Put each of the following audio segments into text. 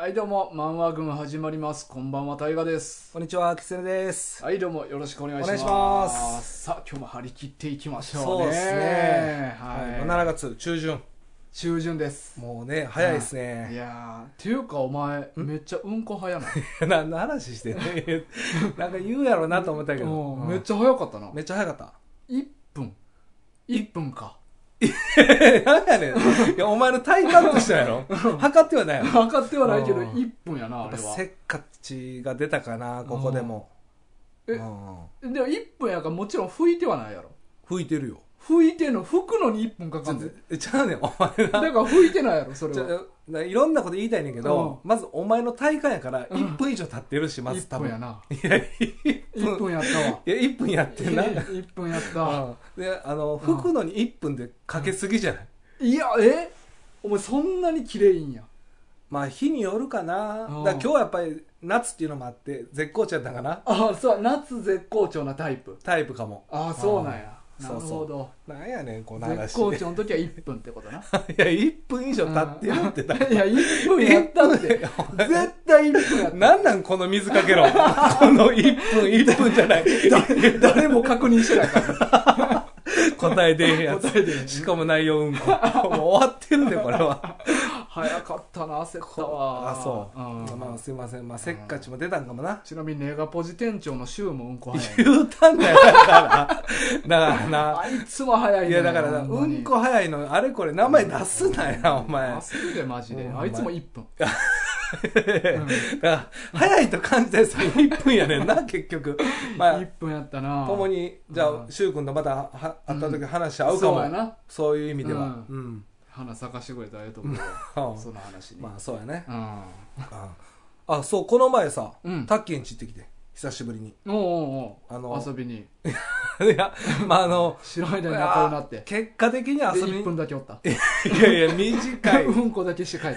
はいどうも、漫画軍始まります。こんばんは、タイガです。 こんにちは、キツネです。 はいどうも、よろしくお願いします。 お願いします。 さあ、今日も張り切っていきましょうね。 そうですね。 はい。 7月中旬。 中旬です。 もうね、早いですね。 いやー、っていうかお前、めっちゃうんこ早ない？ 何の話してんね。なんか言うやろなと思ったけど。 めっちゃ早かったな。 めっちゃ早かった。 1分。1分か。 なんやねん。いや、お前の体感としてやろ。測ってはないやろ。 測ってはないけど、1分やな、あれは。 せっかちが出たかな、ここでも。 でも1分やからもちろん拭いてはないやろ。 拭いてるよ。 拭いてんの、拭くのに1分かかんねん。 ちゃうねん、お前な。 だから拭いてないやろ、それは。 いろんなこと言いたいねんけど、まずお前の体感やから1分以上経ってるし、まず多分。 1分やな。 いや、 1分やったわ。 いや、1分やってんな。 1分やった。 で、拭くのに1分でかけすぎじゃない？ いや、お前そんなに綺麗いんや。 まあ、日によるかな。だから今日はやっぱり夏っていうのもあって、絶好調やったかな。 あ、そう、夏絶好調なタイプ。 タイプかも。 あ、そうなんや。なるそうほど。 なんやねん、この話。 絶好調の時は1分ってことな。 いや、1分以上経ってるってだ。 いや、1分やったって。絶対1分やった。 なんなんこの水かけろ。この1分じゃない。 誰も確認してないから。 答え出へんやつ。 答え出へん。 しかも内容うんこ。もう終わってるで、これは。 早かったな、焦ったわ。 あ、そう。まあ、すいません。まあ、せっかちも出たんかもな。 ちなみにネガポジ店長の週もうんこ早い。 言うたんだよ、だからな。 あいつも早いね。 いや、だからな、うんこ早いの、あれこれ名前出すなよ、お前。 出すで、マジで。あいつも1分。 だから早いと感じたやつは1分やねんな、結局。まあ、 1分やったな。 共に、じゃあ、柊君とまた会った時話し合うかも。 そうやな。 そういう意味では。 花咲かしてくれたらええと思うよ。その話に。 まあ、そうやね。 あ、 そう、この前さ、タッキーんち行ってきて。久しぶりに。 遊びに。 いや、まあ知らない間に仲良くなって。 結果的に遊びに。 1分だけおった。 いやいや、短い。 うんこだけして帰った。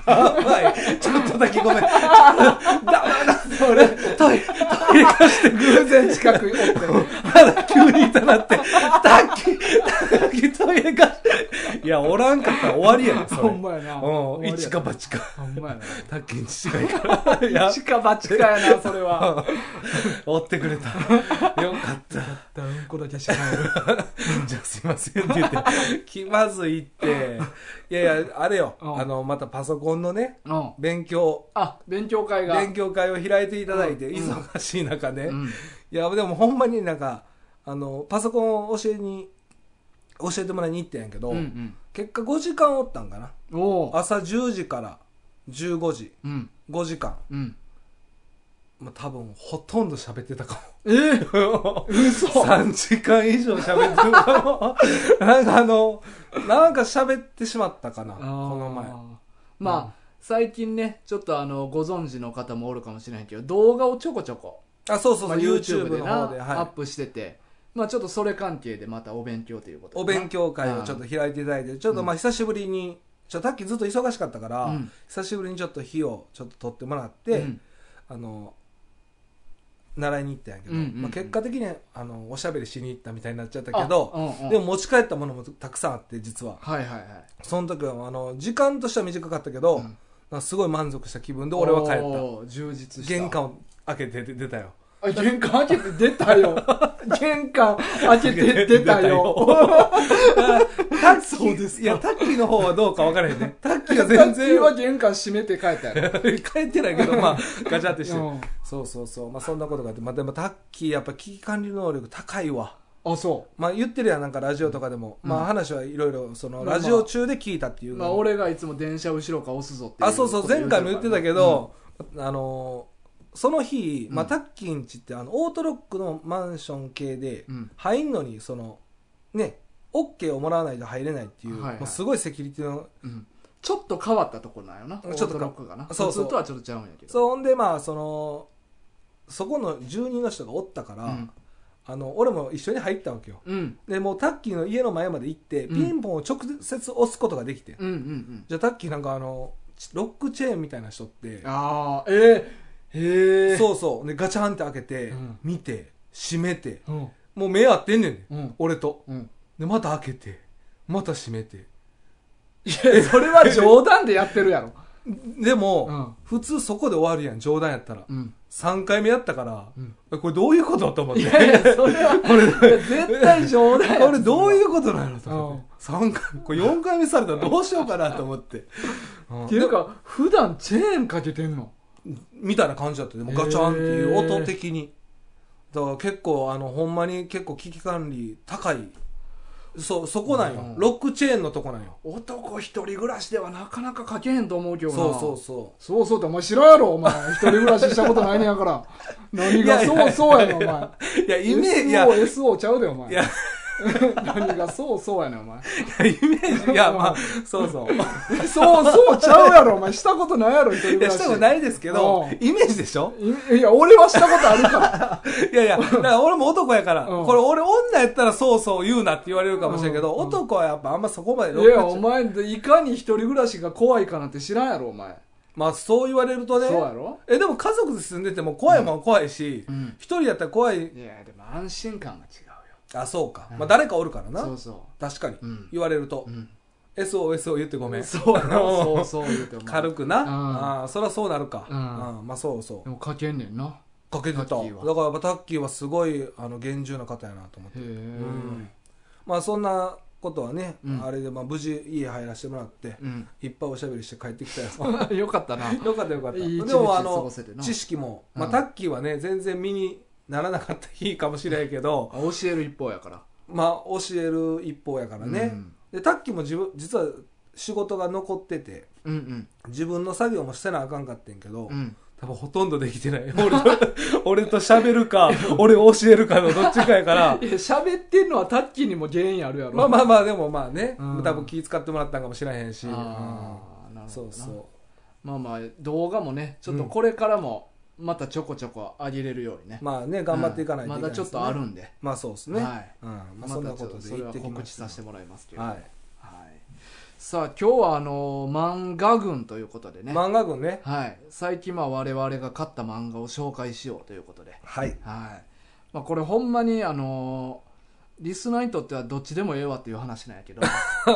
はい。ちょっとだけごめん。ダメだ。それ、トイレ貸して偶然近くにおって。 まだ急にいたなって。タッキートイレ貸して。いや、おらんかったら終わりやねん、それ。 ほんまやな。 一か八か。 ほんまやな。 タッキーに近いから。 一か八かやな、それは。 追ってくれた。よかった。 うんこだけして帰る。 じゃあすいませんって言って、気まずいって。いやいや、あれよ。またパソコンのね、勉強。 勉強会が。 勉強会を開いていただいて、忙しい中ね。いや、でもほんまになんか、パソコンを教えてもらいに行ったんやけど、結果5時間おったんかな。朝10時から15時。5時間。まあ、多分ほとんど喋ってたかも。 嘘 3時間以上喋ってるかも。なんか喋ってしまったかな、この前。 まあ、最近ね、ちょっとご存知の方もおるかもしれないけど、動画をちょこちょこ。 そうそう、 YouTube での方で、 アップしてて、まあちょっとそれ関係でまたお勉強ということで。 お勉強会をちょっと開いていただいて、ちょっとまあ久しぶりに、タッキーずっと忙しかったから、久しぶりにちょっと日をちょっと取ってもらって、習いに行ったんやけど、まあ、結果的におしゃべりしに行ったみたいになっちゃったけど、でも持ち帰ったものもたくさんあって、実は。その時は時間としては短かったけど、すごい満足した気分で俺は帰った。 充実した。 玄関を開けて出たよ。 玄関開けて出たよ。玄関開けて出たよ。 そうですか。いや、タッキーの方はどうか分からへんね。タッキーは全然。タッキーは玄関閉めて帰ったよ。 帰ってないけど、まあ、ガチャってして。そうそうそう。まあ、そんなことがあって。まあ、でもタッキーやっぱ危機管理能力高いわ。 そう。 まあ、言ってるやん、なんかラジオとかでも。まあ、話はいろいろ、ラジオ中で聞いたっていう。 まあ、俺がいつも電車後ろから押すぞっていう。 そうそう、前回も言ってたけど、その日、まあ、タッキーんちってオートロックのマンション系で、入んのに、ね、OK をもらわないと入れないっていう、もうすごいセキュリティの、 ちょっと変わったところなんよな、オートロックがな。普通とはちょっとちゃうんやけど。 そう、ほんで、まあ、そこの住人の人がおったから、俺も一緒に入ったわけよ。で、もうタッキーの家の前まで行って、ピンポンを直接押すことができて。じゃあタッキーなんかロックチェーンみたいな人って、そうそうでガチャンって開けて、見て閉めて、もう目合ってんねん、俺と、でまた開けてまた閉めて。 いやそれは冗談でやってるやろ。 でも、普通そこで終わるやん、冗談やったら。3回目やったから、これどういうことと思って。いやいや、それは、これ絶対冗談や。 これどういうことなのと思って。3回、これ4回目されたらどうしようかなと思って。 っていうか、普段チェーンかけてんのみたいな感じだった。でもガチャンっていう音的に。だから結構、ほんまに結構危機管理高い。そこなんよ。ロックチェーンのとこなんよ。 男一人暮らしではなかなかかけへんと思うけどな。 そうってお前知らんやろ、お前。一人暮らししたことないねんやから。何がそうやねん、お前。 いや、イメージ。 SO ちゃうで、お前。何がそうやねん、お前。 イメージ、いや、まあ、そうちゃうやろ、お前。したことないやろ、一人暮らし。 いや、したことないですけど、イメージでしょ？ いや、俺はしたことあるから。 いや、だから俺も男やから、これ俺女やったらそう言うなって言われるかもしれんけど、男はやっぱあんまそこまでいや、お前、いかに一人暮らしが怖いかなんて知らんやろ、お前。 まあそう言われるとね。 そうやろ？ でも家族で住んでても怖いもん怖いし、一人やったら怖い。 いや、でも安心感が違う。 あ、そうか。まあ誰かおるからな。確かに。言われると。SOS を言ってごめん。 そうやな。そう言ってごめん。 軽くな。ああ、そりゃそうなるか。まあそう。 でもかけんねんな。 かけてた。だからやっぱタッキーはすごい厳重な方やなと思って。まあそんなことはね、あれでまあ無事家入らせてもらって、いっぱいおしゃべりして帰ってきたよ。 よかったな。 よかった。でも知識も、まあタッキーはね、全然身にならなかった日かもしれんけど教える一方やから、 まあ教える一方やからね、でタッキーも実は仕事が残ってて、自分の作業もしてなあかんかってんけど、多分ほとんどできてない。俺と喋るか俺教えるかのどっちかやから喋ってんのはタッキーにも原因あるやろ。 まあでもまあね、多分気使ってもらったんかもしれへんし、そうまあ動画もねちょっとこれからもまたちょこちょこ上げれるようにね。 まあね、頑張っていかないといけないですね。 まだちょっとあるんで。 まあそうですね。はい。 まあそんなことでそれは告知させてもらいますけど。 はい。 さあ今日は漫画群ということでね。 漫画群ね。 はい。最近我々が買った漫画を紹介しようということで。 はい。 まあこれほんまにリスナーにとってはどっちでもええわっていう話なんやけど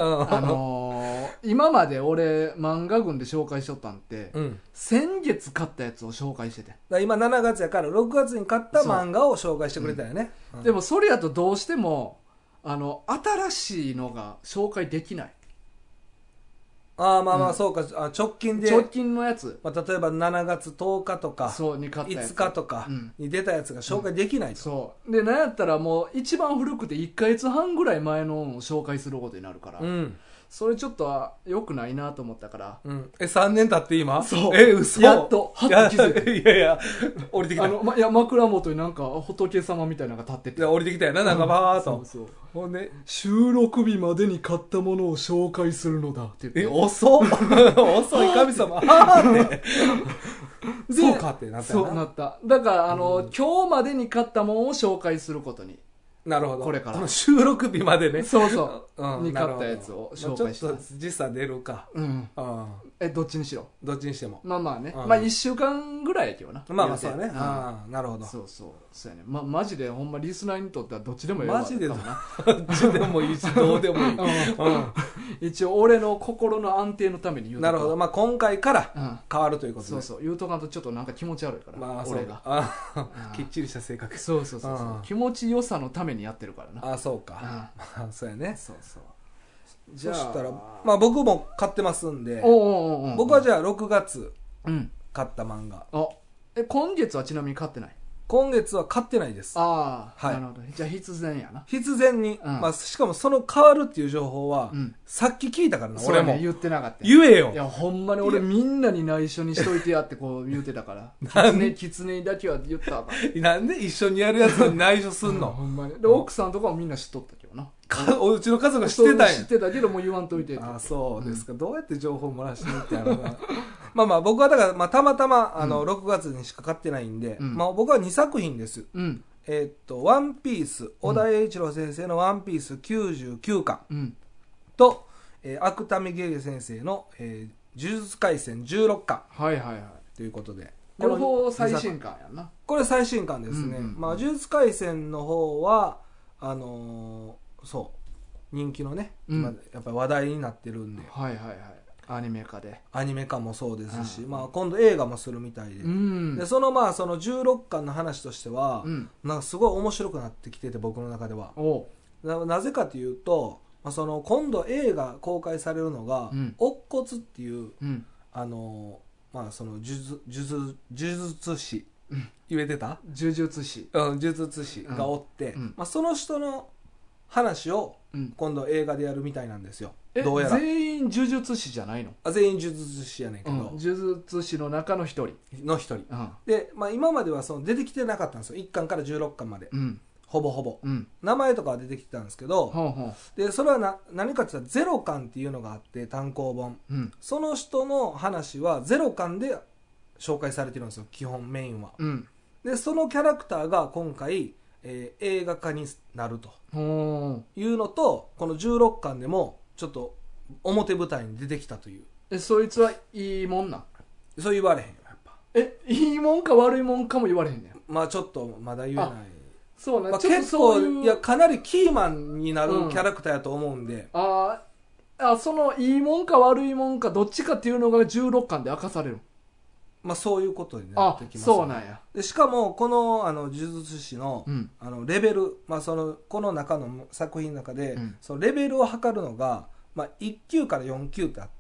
今まで俺漫画群で紹介しとったんって、先月買ったやつを紹介してて、 今7月やから6月に買った漫画を紹介してくれたよね、 でもそれやとどうしても新しいのが紹介できない。 ああまあそうか、直近のやつ、 例えば7月10日とかに買ったやつ 5日とかに出たやつが紹介できないと、 そうで、なんやったらもう一番古くて1ヶ月半ぐらい前のを紹介することになるから、それちょっと良くないなと思ったから、 3年経って今嘘やっと気づいていや降りてきた。 枕元になんか仏様みたいなのが立ってて、 降りてきたよな、なんかバーっと。 ほんで収録日までに買ったものを紹介するのだって言って、 遅い神様ってそうかってなったよな。 そうなった。だから今日までに買ったものを紹介することに。 なるほど。 これから。 この収録日までね。 に買ったやつを紹介します。 ちょっと時差出るか。 どっちにしろ。 どっちにしても。 まあね。1週間ぐらいやけどな。 まあそうだね。なるほど。 そうやね。マジでほんまリスナーにとってはどっちでもいいわ。 マジでどっちでもいいし、どうでもいい。 一応俺の心の安定のために言うと。 なるほど。まあ今回から変わるということで。 そう。言うとかんとちょっとなんか気持ち悪いから。俺が。 きっちりした性格。 そう。気持ちよさのためにやってるからな。 そうか。そうやね。 そう。 そしたらまあ僕も買ってますんで、僕はじゃあ6月買った漫画。 今月はちなみに買ってない？ 今月は買ってないです。 なるほど。じゃあ必然やな。 必然に、しかもその変わるっていう情報は、さっき聞いたからな、俺も。 言ってなかった。 言えよ。 いや、ほんまに俺みんなに内緒にしといてやってこう言うてたから。キツネだけは言ったらあかん。 なんで一緒にやるやつに内緒すんの？ ほんまに。で、奥さんとかもみんな知っとったけどな。 うちの家族が知ってたんや。 知ってたけどもう言わんといて。 そうですか。どうやって情報漏らしてるってやろうな。まあ僕はだからたまたま6月にしか買ってないんで、僕は2作品です。ワンピース、小田栄一郎先生のワンピース99巻と芥見ゲゲ先生の呪術廻戦16巻ということで、 両方最新巻やな。 これ最新巻ですね。呪術廻戦の方はそう人気のね、やっぱり話題になってるんで、 アニメ化で。 アニメ化もそうですし、まあ、今度映画もするみたいで、でその16巻の話としては、なんかすごい面白くなってきてて、僕の中では。なぜかというと、今度映画公開されるのが、乙骨っていう、呪術師、言えてた？ 呪術師。 呪術師がおって、その人の話を今度映画でやるみたいなんですよ。どうやら全員呪術師じゃないの？ 全員呪術師やねんけど、 呪術師の中の一人で、今までは出てきてなかったんですよ。1巻から16巻まで、ほぼほぼ、名前とかは出てきてたんですけど、でそれは何かって言ったら0巻っていうのがあって、単行本、その人の話は0巻で紹介されてるんですよ、基本メインは。でそのキャラクターが今回、映画化になるというのと、この16巻でもちょっと表舞台に出てきたという。 そいつはいいもんなん？ そう言われへんよ、やっぱ。 いいもんか悪いもんかも言われへんねん。 まあちょっとまだ言えない。 そうね、 結構いやかなりキーマンになるキャラクターやと思うんで、 そのいいもんか悪いもんかどっちかっていうのが16巻で明かされる。 まあそういうことになってきます、 そうなんや。 でしかもこの呪術師の、レベル、この中の作品の中で、そのレベルを測るのが、1級から4級ってあって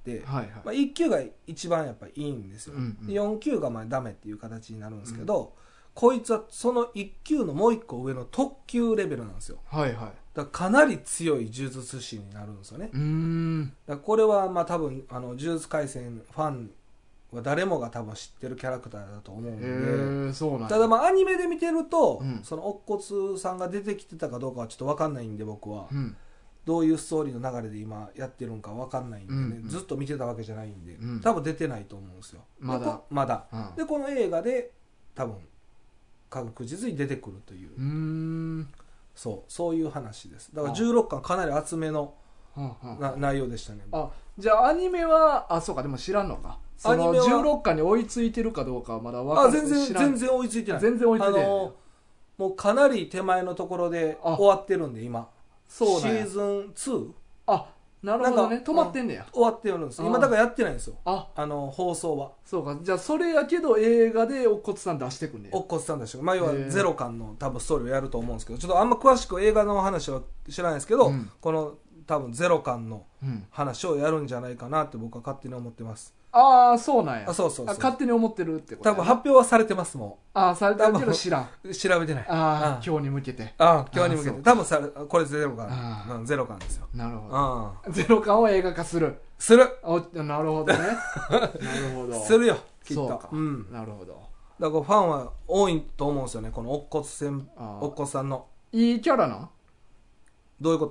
、1級が一番やっぱりいいんですよ、4級がダメっていう形になるんですけど、こいつはその1級のもう1個上の特級レベルなんですよ。だからかなり強い呪術師になるんですよね。だからこれは多分呪術廻戦ファンは誰もが多分知ってるキャラクターだと思うんで、ただアニメで見てると、その乙骨さんが出てきてたかどうかはちょっと分かんないんで、僕は、どういうストーリーの流れで今やってるんか分かんないんでね、ずっと見てたわけじゃないんで、多分出てないと思うんですよ、まだ。でこの映画で多分確実に出てくるという、そういう話です。だから16巻かなり厚めの内容でしたね。 じゃあアニメはそうか、でも知らんのか。その16巻に追いついてるかどうかはまだ分からない。 全然追いついてない。 全然追いついてない。 もうかなり手前のところで終わってるんで、今シーズン 2？ なるほどね。止まってんねや。 終わってるんです。今だからやってないんですよ、放送は。 そうか。じゃあそれやけど映画で乙骨さん出してくんねや。 乙骨さん出してくる。要は0巻の多分ストーリーをやると思うんですけど、ちょっとあんま詳しく映画の話は知らないですけど、この多分0巻の話をやるんじゃないかなって僕は勝手に思ってます。 そうなんや。 そう勝手に思ってるってこと。 多分発表はされてますもん。 されてるけど知らん。 調べてない。 今日に向けて。 今日に向けて。多分これ0巻。0巻ですよ。 なるほど。0巻を映画化する。なるほどね。なるほど。 するよ、きっと。 なるほど。 だからファンは多いと思うんですよね、この乙骨さんの。 いいキャラな。 どういうこと？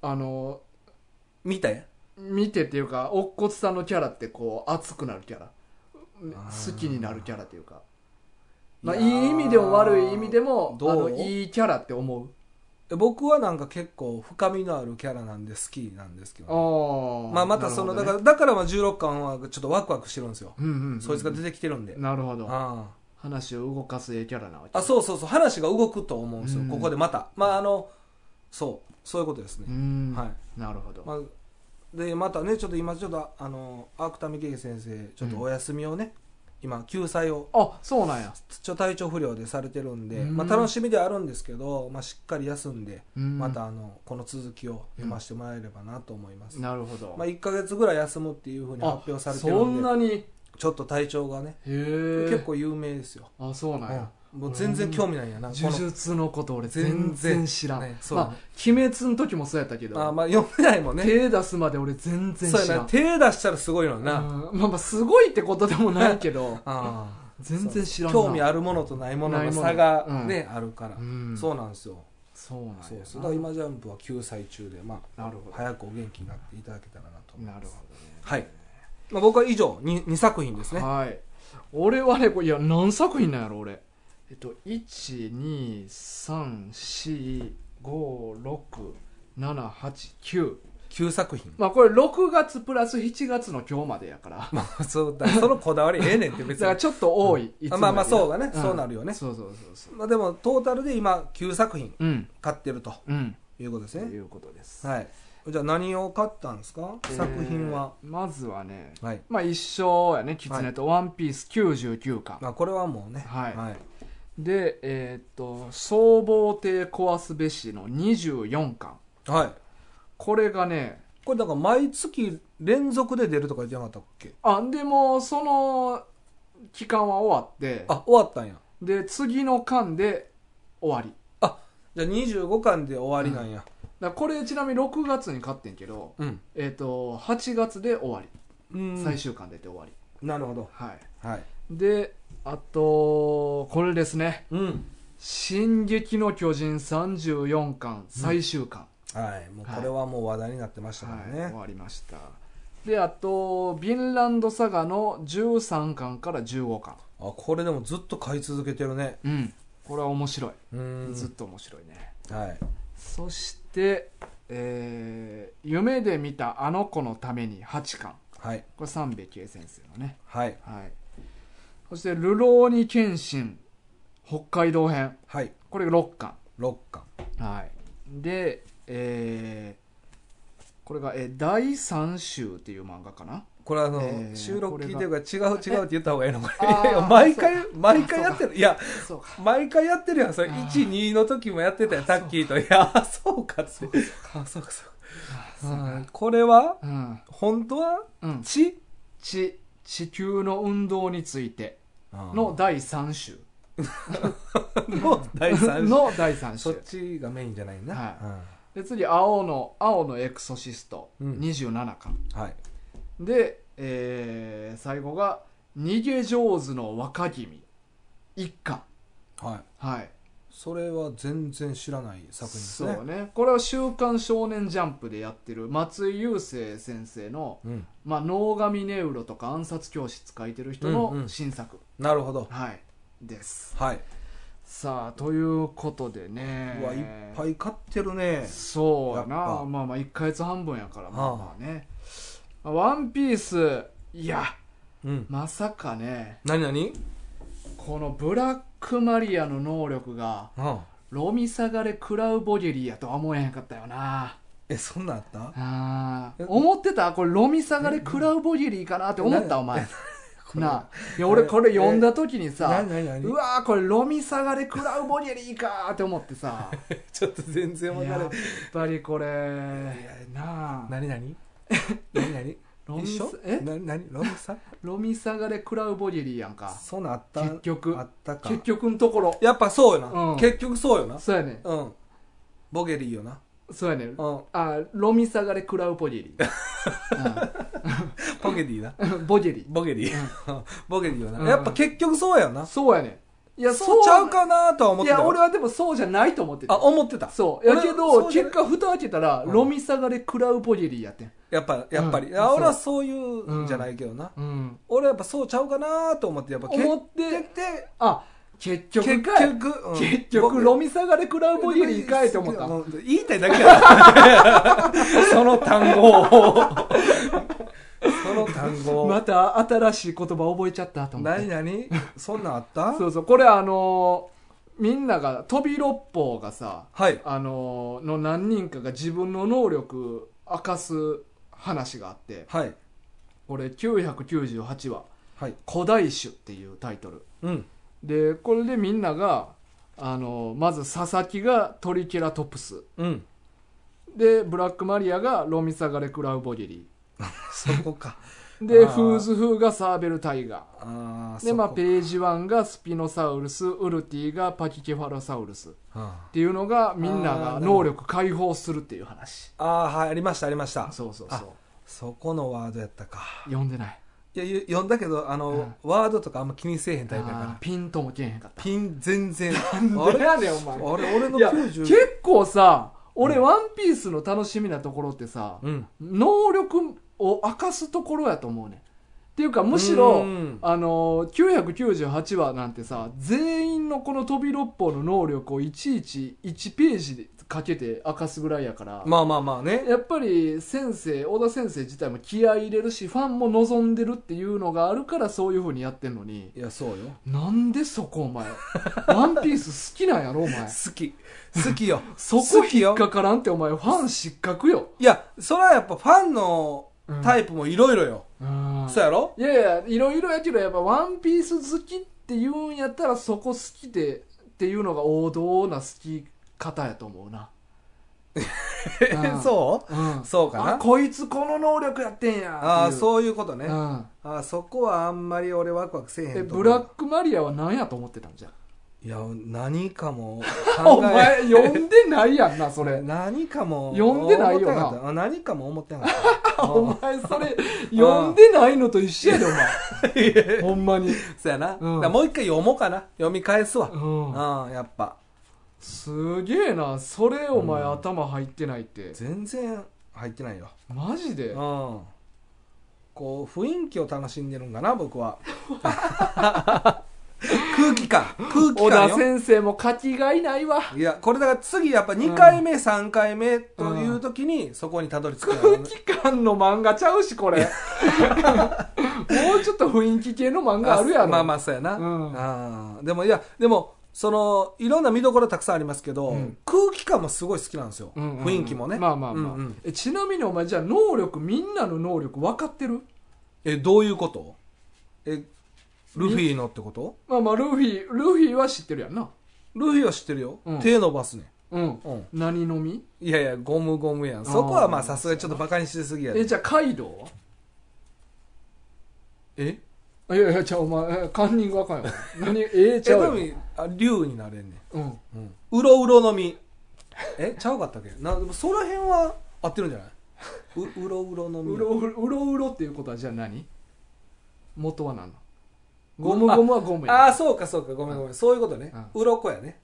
見てっていうか、乙骨さんのキャラってこう熱くなるキャラ、好きになるキャラっていうか、いい意味でも悪い意味でもいいキャラって思う。 僕はなんか結構深みのあるキャラなんで好きなんですけど、ね、まただから16巻はちょっとワクワクしてるんですよ、そいつが出てきてるんで。 なるほど。話を動かすキャラなわけ。 そう話が動くと思うんですよ、ここでまたそういうことですね。 なるほど。 でまたね、ちょっと今芥田美恵先生ちょっとお休みをね、今救済をそうなんや。 体調不良でされてるんで、楽しみではあるんですけど、しっかり休んで、またこの続きを読ませてもらえればなと思います。 なるほど。 1ヶ月ぐらい休むっていうふうに発表されてるんで、 そんなにちょっと体調がね、結構有名ですよ。 そうなんや。 もう全然興味ないんやな。 呪術のこと俺全然知らん。鬼滅の時もそうやったけど、 読めないもんね。 手出すまで俺全然知らん。 手出したらすごいのな。 すごいってことでもないけど全然知らんな。 興味あるものとないものの差がねあるから。そうなんですよ。 そうなんや。 だから今ジャンプは救済中で、 なるほど、 早くお元気になっていただけたらなと思います。 なるほどね。 はい。僕は以上 2作品ですね。 はい。俺はね、いや何作品なんやろ俺。1,2,3,4,5,6,7,8,9 9作品。 これ6月プラス7月の今日までやからそのこだわりええねんって別にだからちょっと多い、いつもそうだね、そうなるよね。でもトータルで今9作品買ってるということですね。 いうことです。 はい。 じゃあ何を買ったんですか、作品は。 まずはね、 はい、 まあ一緒やね、キツネとワンピース99巻、 まあ、これはもうね、 はい、 はい、 で総合艇壊すべしの24巻、 はい、 これがね、 これだから毎月連続で出るとか言ってなかったっけ。 でもその期間は終わって、 終わったんや。 で次の巻で終わり。 じゃあ25巻で終わりなんや。 だからこれちなみに6月に買ってんけど、8月で終わり、最終巻出て終わり。 なるほど。 はい、 はい、 であとこれですね、進撃の巨人34巻最終巻、 はい、もうこれはもう話題になってましたからね、 終わりました。であとヴィンランドサガの13巻から15巻、 これでもずっと買い続けてるね。 これは面白い、ずっと面白いね。 はい、 そして、夢で見たあの子のために8巻、 はい、 これ三部圭先生のね、 はい、 はい、そしてルローニケンシン北海道編、 はい、 これ6巻、 はい、 で、これが、第3集っていう漫画かな。これ収録聞いてるから違うって言った方がいいのこれ。いや毎回やってる。いや毎回やってるやん。それ1、2の時もやってたよ、タッキーと。いやそうかって。そうか。これは、本当は、地球の運動についての第3集の第 3集。 そっちがメインじゃないな。 で次青のエクソシスト27巻、で、最後が逃げ上手の若君1巻。それは全然知らない作品ですね。 そうね、これは週刊少年ジャンプでやってる松井優生先生の、脳神ネウロとか暗殺教室書いてる人の新作、 なるほど、 です。さあということでね、 いっぱい買ってるね。 そうやな。まあ1ヶ月半分やから、まあね。ワンピース、いや、まさかね、 何このブラックマリアの能力がロミサガレクラウボゲリやとは思えへんかったよな。 そんなんあった？ 思ってた？これロミサガレクラウボゲリかなって思ったお前いや俺これ読んだ時にさ、うわーこれロミサガレクラウボゲリかって思ってさちょっと全然分からない。 やっぱりこれなあ、 何ロミサガレクラウボゲリやんか。 そうなった。 結局あったか。 結局のところやっぱそうよな、結局そうよな。 そうやね。 ボゲリよな。 そうやね。ロミサガレクラウボゲリボゲリな。 ボゲリボゲリよな。やっぱ結局そうやな。 そうやね。いやそうちゃうかなとは思ってた。 いや俺はでもそうじゃないと思ってた。 思ってた。 そうやけど結果蓋開けたらロミサガレクラウボゲリやってん。 やっぱり俺はそういうんじゃないけどな。俺はやっぱそうちゃうかなと思ってやっぱ思ってて、結局ロミサガレクラウボゲリかいと思った。 言いたいだけやその単語また新しい言葉覚えちゃったと思って。 何そんなんあった？ そうこれみんなが飛び六方がさ、の何人かが自分の能力明かす話があって、これ998話、古代種っていうタイトル、でこれでみんながまず佐々木がトリケラトプス、でブラックマリアがロミサガレクラウボゲリそこかでフーズフーがサーベルタイガーで、ページ1がスピノサウルス、ウルティがパキケファロサウルスっていうのがみんなが能力解放するっていう話。 ありましたそうそこのワードやったか。 読んでない？ いや読んだけどワードとかあんま気にせえへんタイプやからピンともけえへんかった。 ピン全然なんでやねんお前。 俺の 90結構さ、俺ワンピースの楽しみなところってさ、能力を明かすところやと思うねん。っていうかむしろ998話なんてさ、全員のこの飛び六方の能力をいちいち1ページかけて明かすぐらいやから、 まあまあまあね。 やっぱり小田先生自体も気合い入れるし、ファンも望んでるっていうのがあるからそういう風にやってんのに。 いや、そうよ。 なんでそこお前、ワンピース好きなんやろお前。 好きよ。 そこ引っかからんってお前ファン失格よ。 いや、それはやっぱファンのタイプもいろいろよ。そうやろ？ いやいや、いろいろやけど、やっぱワンピース好きって言うんやったらそこ好きでっていうのが王道な好き方やと思うな。 そう、そうかな。 こいつこの能力やってんや。 ああ、そういうことね。そこはあんまり俺ワクワクせえへんと思う。 ブラックマリアは何やと思ってたんじゃん。 いや、何かもお前読んでないやんなそれ。 何かも読んでないよな。 何かも思ってなかったお前それ読んでないのと一緒やでお前。ほんまに。 そうやな。もう一回読もうかな。読み返すわ。やっぱすげえな。それお前頭入ってないって。 全然入ってないよ。 マジで。 こう雰囲気を楽しんでるんかな僕は。空気感小田先生も書きがいないわ。 いや、これだから次やっぱ2回目、3回目という時にそこにたどり着く、 空気感の漫画ちゃうしこれ。もうちょっと雰囲気系の漫画あるやろ。 まあまあそうやな。でもそのいろんな見どころたくさんありますけど、空気感もすごい好きなんですよ。雰囲気もね。 まあまあまあ。ちなみにお前じゃあみんなの能力分かってる？ どういうこと？ルフィのってこと？ まあまあルフィは知ってるやんな。 ルフィは知ってるよ。手伸ばすね。何飲み？ いやいや、ゴムやん。そこはまあさすがにちょっとバカにしすぎやで。 じゃあカイドウは？いやいや、じゃあお前カンニングあかんよ。ちゃうよ。 竜になれんねん。うろうろの実。ちゃうかったっけ？でもその辺は合ってるんじゃない？うろうろの実。 うろうろっていうことはじゃあ何？元は何の？ゴムはゴムや。 そうかごめんそういうことね。うろこやね。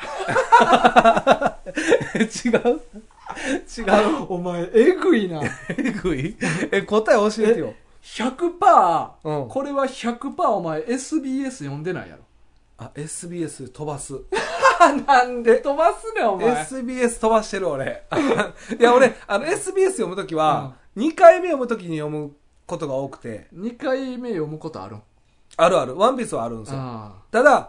違うお前えぐいな。 えぐい？答え教えてよ。 100%、これは 100% お前 SBS 読んでないやろ。 SBS 飛ばす。 なんで飛ばすねんお前。 SBS 飛ばしてる俺。いや俺SBS 読むときは、2回目読むときに読むことが多くて。 2回目読むことある？ ある。ワンピースはあるんですよ。ただ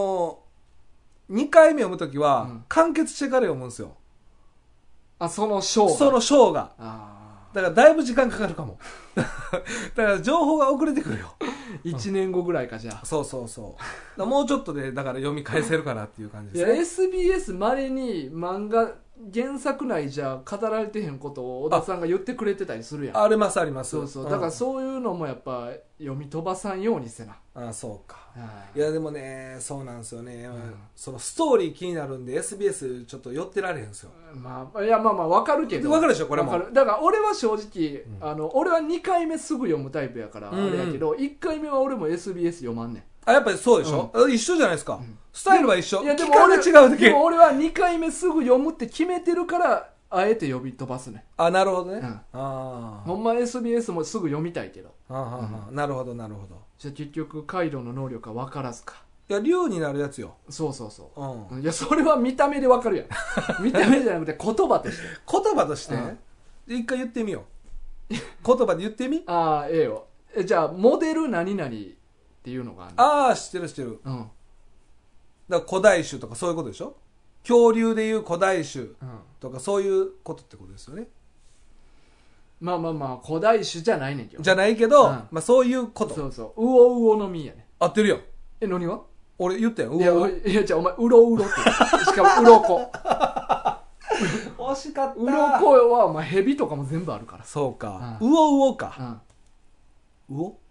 2回目読むときは、完結してから読むんですよ。その章が。だからだいぶ時間かかるかも。だから情報が遅れてくるよ。 1年後ぐらいかじゃあ。 そうもうちょっとでだから読み返せるかなっていう感じですね。 いや SBS まれに漫画原作内じゃ語られてへんことを小田さんが言ってくれてたりするやん。 あります。 だからそういうのもやっぱ読み飛ばさんようにせな。 そうか。いやでもね、そうなんですよね。そのストーリー気になるんで SBS ちょっと寄ってられへんですよ。 まあ分かるけど。 分かるでしょこれも。 だから俺は正直、俺は2回目すぐ読むタイプやからあれやけど、1回目は俺も SBS 読まんねん。 やっぱりそうでしょ、一緒じゃないですか、スタイルは一緒。 いやでも俺は2回目すぐ読むって決めてるからあえて呼び飛ばすね。 なるほどね。 ほんま SBS もすぐ読みたいけど。 なるほど。 じゃあ結局カイドウの能力は分からずか。 いや竜になるやつよ。 そう、いやそれは見た目で分かるやん。見た目じゃなくて言葉として。 一回言ってみよう。言葉で言ってみ。 ええよ。じゃあモデル何々っていうのがある。 知ってる。だから古代種とかそういうことでしょ。恐竜でいう古代種とかそういうことってことですよね。 まあ古代種じゃないねんけど。 じゃないけど、そういうこと。 そう。うおの実やね。 合ってるよ。 何は？ 俺言ったよ。 いやじゃあお前うろってしかもうろこ。 惜しかった。 うろこはお前蛇とかも全部あるから。 そうか。うおか。うお？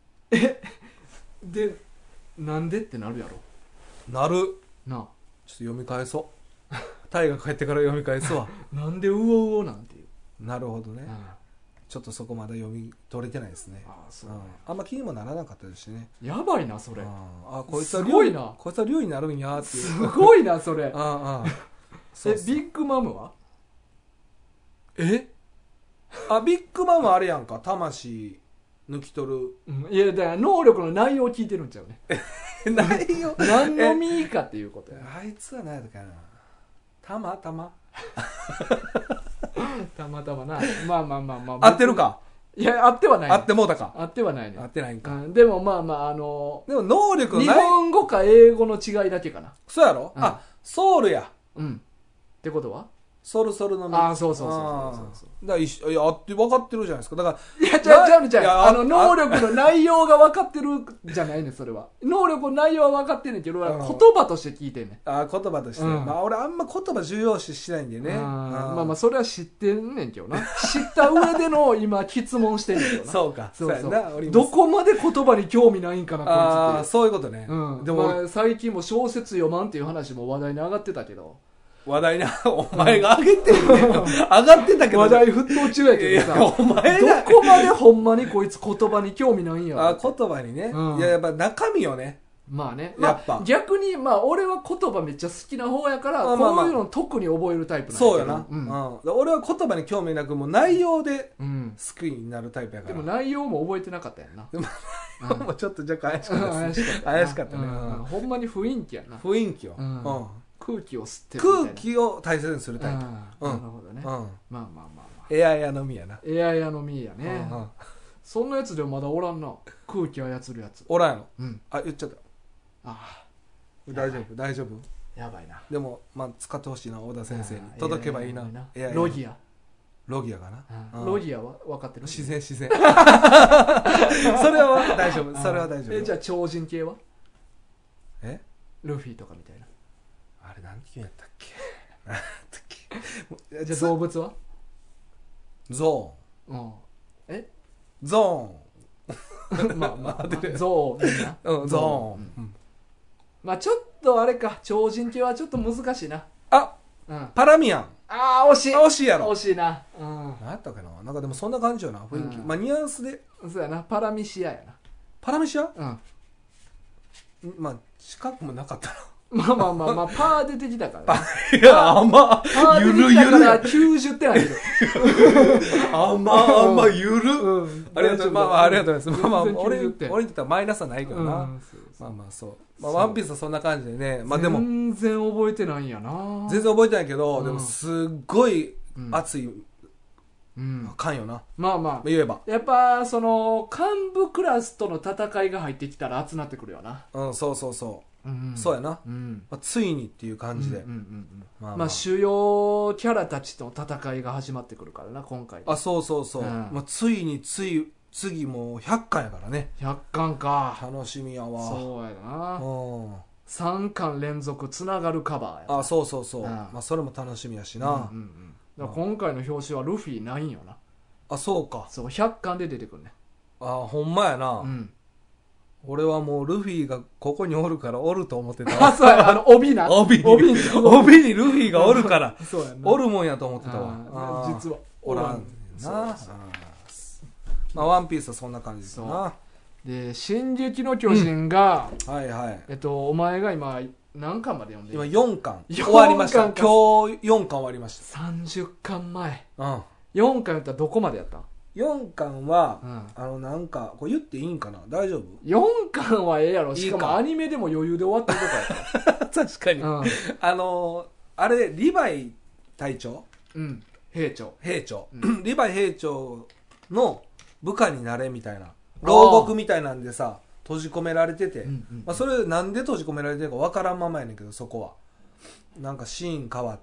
でなんでってなるやろ。 なるなあ。 ちょっと読み返そう。タイが帰ってから読み返すわ。 なんでうおなんていう。 なるほどね。ちょっとそこまだ読み取れてないですね。あんま気にもならなかったですしね。 やばいなそれ。 こいつはすごいな。 こいつは竜になるんやっていう。 すごいなそれ。ビッグマムは？ ビッグマムあれやんか。魂抜き取る。 いやだから能力の内容を聞いてるんちゃうね。 内容何の実かっていうことや。 あいつは何やったかな。玉たまたまな。まあまあまあまあ。合ってるか。 いや、合ってはない、 合ってもうたか。 合ってはないね。 合ってないんか。 でもまあまあ、でも能力のない。日本語か英語の違いだけかな。 そうやろ、あ、ソウルや。 うん。ってことはソルソルのああ、そうそうそうそう。 だからいや、って分かってるじゃないですか。だから。 いや、じゃあ、能力の内容が分かってるじゃないね、それは。能力の内容は分かってんねんけど、言葉として聞いてんねん。 ああ、言葉として。まあ、俺あんま言葉重要視しないんでね。 まあまあ、それは知ってんねんけどな。知った上での今、質問してんねんけどな。 そうか。そうやな。 どこまで言葉に興味ないんかな、こいつって。 ああ、そういうことね。 でも、最近も小説読まんっていう話も話題に上がってたけど。 話題な、お前が上げてるね。上がってたけど。 話題沸騰中やけどさ。 お前どこまでほんまにこいつ言葉に興味ないんやろ。 あ、言葉にね。いや、やっぱ中身よね。 まあね。 やっぱ。 逆に、まあ俺は言葉めっちゃ好きな方やから、こういうの特に覚えるタイプなんやけど。 そうやな。俺は言葉に興味なく、もう内容で好きになるタイプやから。 でも内容も覚えてなかったやんな。 もうちょっと若干怪しかったです。怪しかったね。 ほんまに雰囲気やな。 雰囲気よ。 空気を吸ってるみたいな。 空気を大切にするタイプ。 なるほどね。まあまあまあまあ。 エアエアのみやな。 エアエアのみやね。そんなやつでもまだおらんな。空気操るやつ。 おらんやろ。あ、言っちゃった。 ああ。 大丈夫大丈夫。 やばいな。 でも、まあ、使ってほしいな、小田先生に。届けばいいな。 ロギア。 ロギアかな。 ロギアは分かってる？ 自然。それは大丈夫。それは大丈夫。 じゃあ超人系は？ルフィとかみたいな。 あれ何て言うんやったっけ？じゃあ動物は？ ゾーン。ゾーン。まあまあ、ゾーンみんな。 ゾーン。 まあちょっとあれか、超人系はちょっと難しいな。 あ、パラミアン。 ああ、惜しい。 惜しいやろ。 惜しいな。 何やったかな。なんかでもそんな感じよな、雰囲気。まあニュアンスで。 そうやな、パラミシアやな。 パラミシア？まあ近くもなかったな。 まあ、パー出てきたから。 いや、ゆるゆる。 90点あげる。 ゆる。ありがとうございます。まあ、俺にとってはマイナスはないけどな。まあまあ、そう。まあ、ワンピースはそんな感じでね。まあでも。 全然覚えてないんやな。 全然覚えてないけど、でもすっごい熱い感よな。 まあまあ。 言えば。 やっぱ、その、幹部クラスとの戦いが入ってきたら熱なってくるよな。 そうそうそう。そうやな、ついにっていう感じで、 まあ主要キャラたちとの戦いが始まってくるからな今回。 そうそうそう、まあ、ついに次もう100巻やからね。 100巻か。 楽しみやわ。 そうやな。3巻連続つながるカバーや。 そうそうそう、まあ、それも楽しみやしな。だから今回の表紙はルフィないんよな。 そうか。 そう100巻で出てくるね。 ほんまやな。俺はもうルフィがここにおるからおると思ってたわ。 そうや、帯な。 帯にルフィがおるからおるもんやと思ってたわ。 実はおらんな。まあワンピースはそんな感じですな。 で、進撃の巨人がお前が今何巻まで読んでる？ 今4巻終わりました。今日4巻終わりました。 30巻前。4巻やったらどこまでやった？ 4巻は、なんかこれ言っていいんかな、大丈夫 ？4巻はええやろ。しかもアニメでも余裕で終わってるとかや確かに、あれリヴァイ隊長、 兵長、 リヴァイ兵長の部下になれみたいな牢獄みたいなんでさ閉じ込められてて、まあ、それなんで閉じ込められてるか分からんままやねんけど、そこはなんかシーン変わって、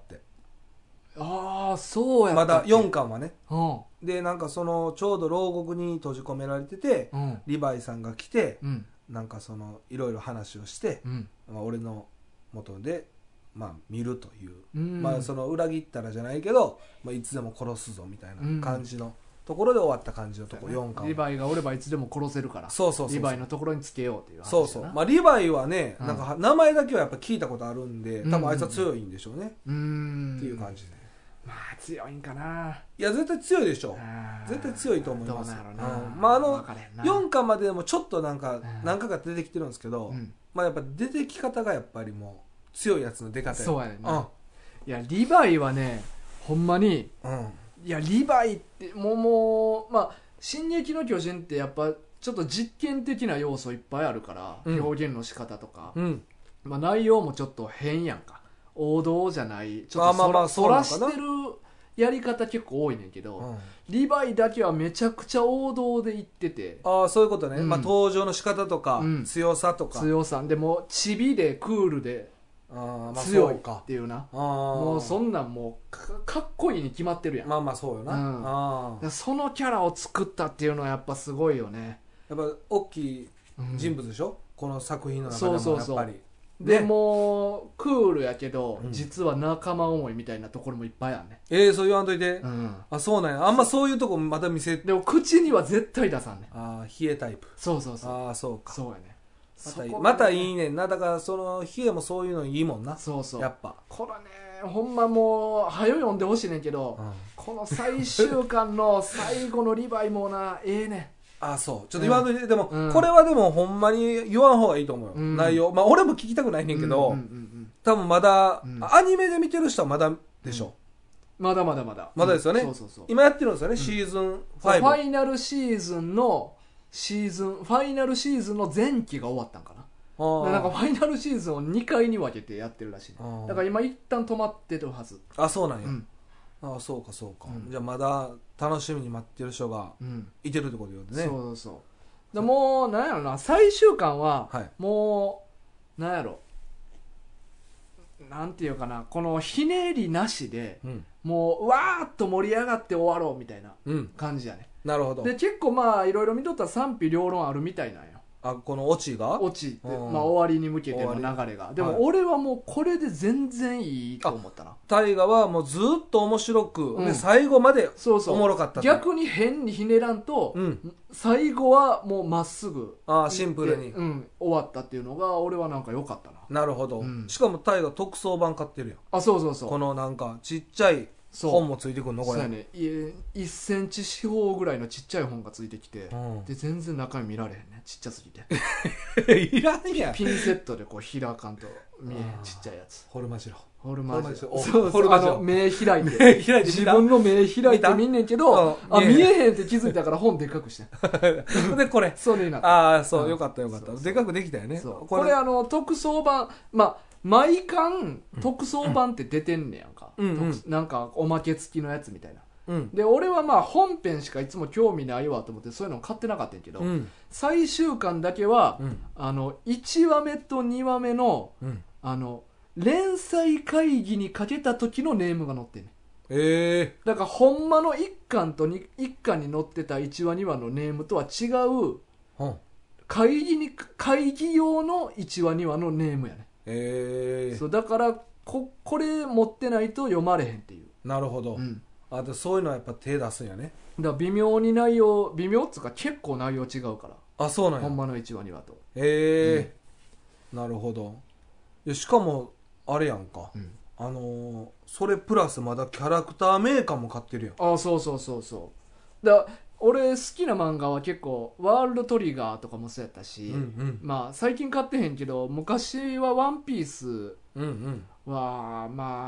そうやまだ4巻はね。でなんかそのちょうど牢獄に閉じ込められてて、リヴァイさんが来て、なんかそのいろいろ話をして、まあ、俺の元で、まあ、見るという、まあその裏切ったらじゃないけど、まあ、いつでも殺すぞみたいな感じのところで終わった感じのところ、4巻。 リヴァイがおればいつでも殺せるから、リヴァイのところにつけようっていう話だな。 そう、まあ、リヴァイはね、なんか名前だけはやっぱ聞いたことあるんで、多分あいつは強いんでしょうね、っていう感じで。 まあ強いんかな。 いや絶対強いでしょ。絶対強いと思います。まあ4巻まででもちょっとなんか何回か出てきてるんですけど、まあやっぱ出てき方がやっぱりもう強いやつの出方や。 そうやねんな。いやリヴァイはねほんまに、いやリヴァイってもうまあ進撃の巨人ってやっぱちょっと実験的な要素いっぱいあるから、表現の仕方とか、まあ内容もちょっと変やんか。 王道じゃないちょっとそらしてるやり方結構多いねんけど、リヴァイだけはめちゃくちゃ王道でいってて、 ああそういうことね、登場の仕方とか、強さとか、 強さでもチビでクールで強いっていうな、もうそんなんもうかっこいいに決まってるやん。 まあまあそうよな、 そのキャラを作ったっていうのはやっぱすごいよね。 やっぱ大きい人物でしょ、この作品の中でもやっぱり。そうでもクールやけど、実は仲間思いみたいなところもいっぱいあるね。そう言わんといて、あそうなんや。あんまそういうとこまた見せでも口には絶対出さんね。 冷えタイプ。 そうあそうか。 そうやね。 またいいねんな。だからその冷えもそういうのいいもんな。 そうやっぱこれねほんまもう早よ読んでほしいねんけど、この最終巻の最後のリヴァイもなねそうちょっと言わんといて、でも、これはでもほんまに言わん方がいいと思うよ、内容。まあ俺も聞きたくないねんけど、多分まだ、アニメで見てる人はまだでしょ、 まだですよね、今やってるんですよね、シーズン5。 ファイナルシーズンの前期が終わったんかな。なんかファイナルシーズンを2回に分けてやってるらしい、だから今一旦止まってるはず。 そうなんや、そうか、じゃあまだ楽しみに待ってる人がいてるってことよね。 そうでもうなんやろな、最終巻はもうなんやろなんていうかな、このひねりなしで、もうわーっと盛り上がって終わろうみたいな感じやね。 なるほど。 で結構まあいろいろ見とったら賛否両論あるみたいなんよ。 このオチって、 終わりに向けての流れが。でも俺はもうこれで全然いいと思ったな。 大河はもうずっと面白く、で最後までおもろかった。 逆に変にひねらんと、最後はもうまっすぐシンプルに、 終わったっていうのが俺はなんか良かったな。 なるほど、しかも大河特装版買ってるやん。 そうこのなんかちっちゃい本もついてくるのこれ。 そうやね、1センチ四方ぐらいのちっちゃい本がついてきて、で全然中身見られへんね、ちっちゃすぎていらんやん。 ピンセットでこう開かんと見えへんちっちゃいやつ。 ホルマジロそう目開いて自分の目開いて見んねんけど、見えへんって気づいたから本でっかくしてでこれそれになった。 そうよかったでかくできたよね。 これ特装版、毎巻特装版って出てんねやんか、なんかおまけ付きのやつみたいな、で俺は本編しかいつも興味ないわと思ってそういうの買ってなかったんやけど、最終巻だけは、1話目と2話目の、連載会議にかけた時のネームが載ってんねん。だからほんまの1巻と1巻に載ってた1話2話のネームとは違う、会議用の1話2話のネームやね。そうだからこれ持ってないと読まれへんっていう。 なるほど、そういうのはやっぱ手出すんやね。 だから微妙っつうか結構内容違うから。 そうなんや。 ほんまの1話2話と。 なるほど。しかもあれやんか、それプラスまだキャラクターメーカーも買ってるやん。そうだ俺好きな漫画は結構ワールドトリガーとかもそうやったし、最近買ってへんけど昔はワンピースは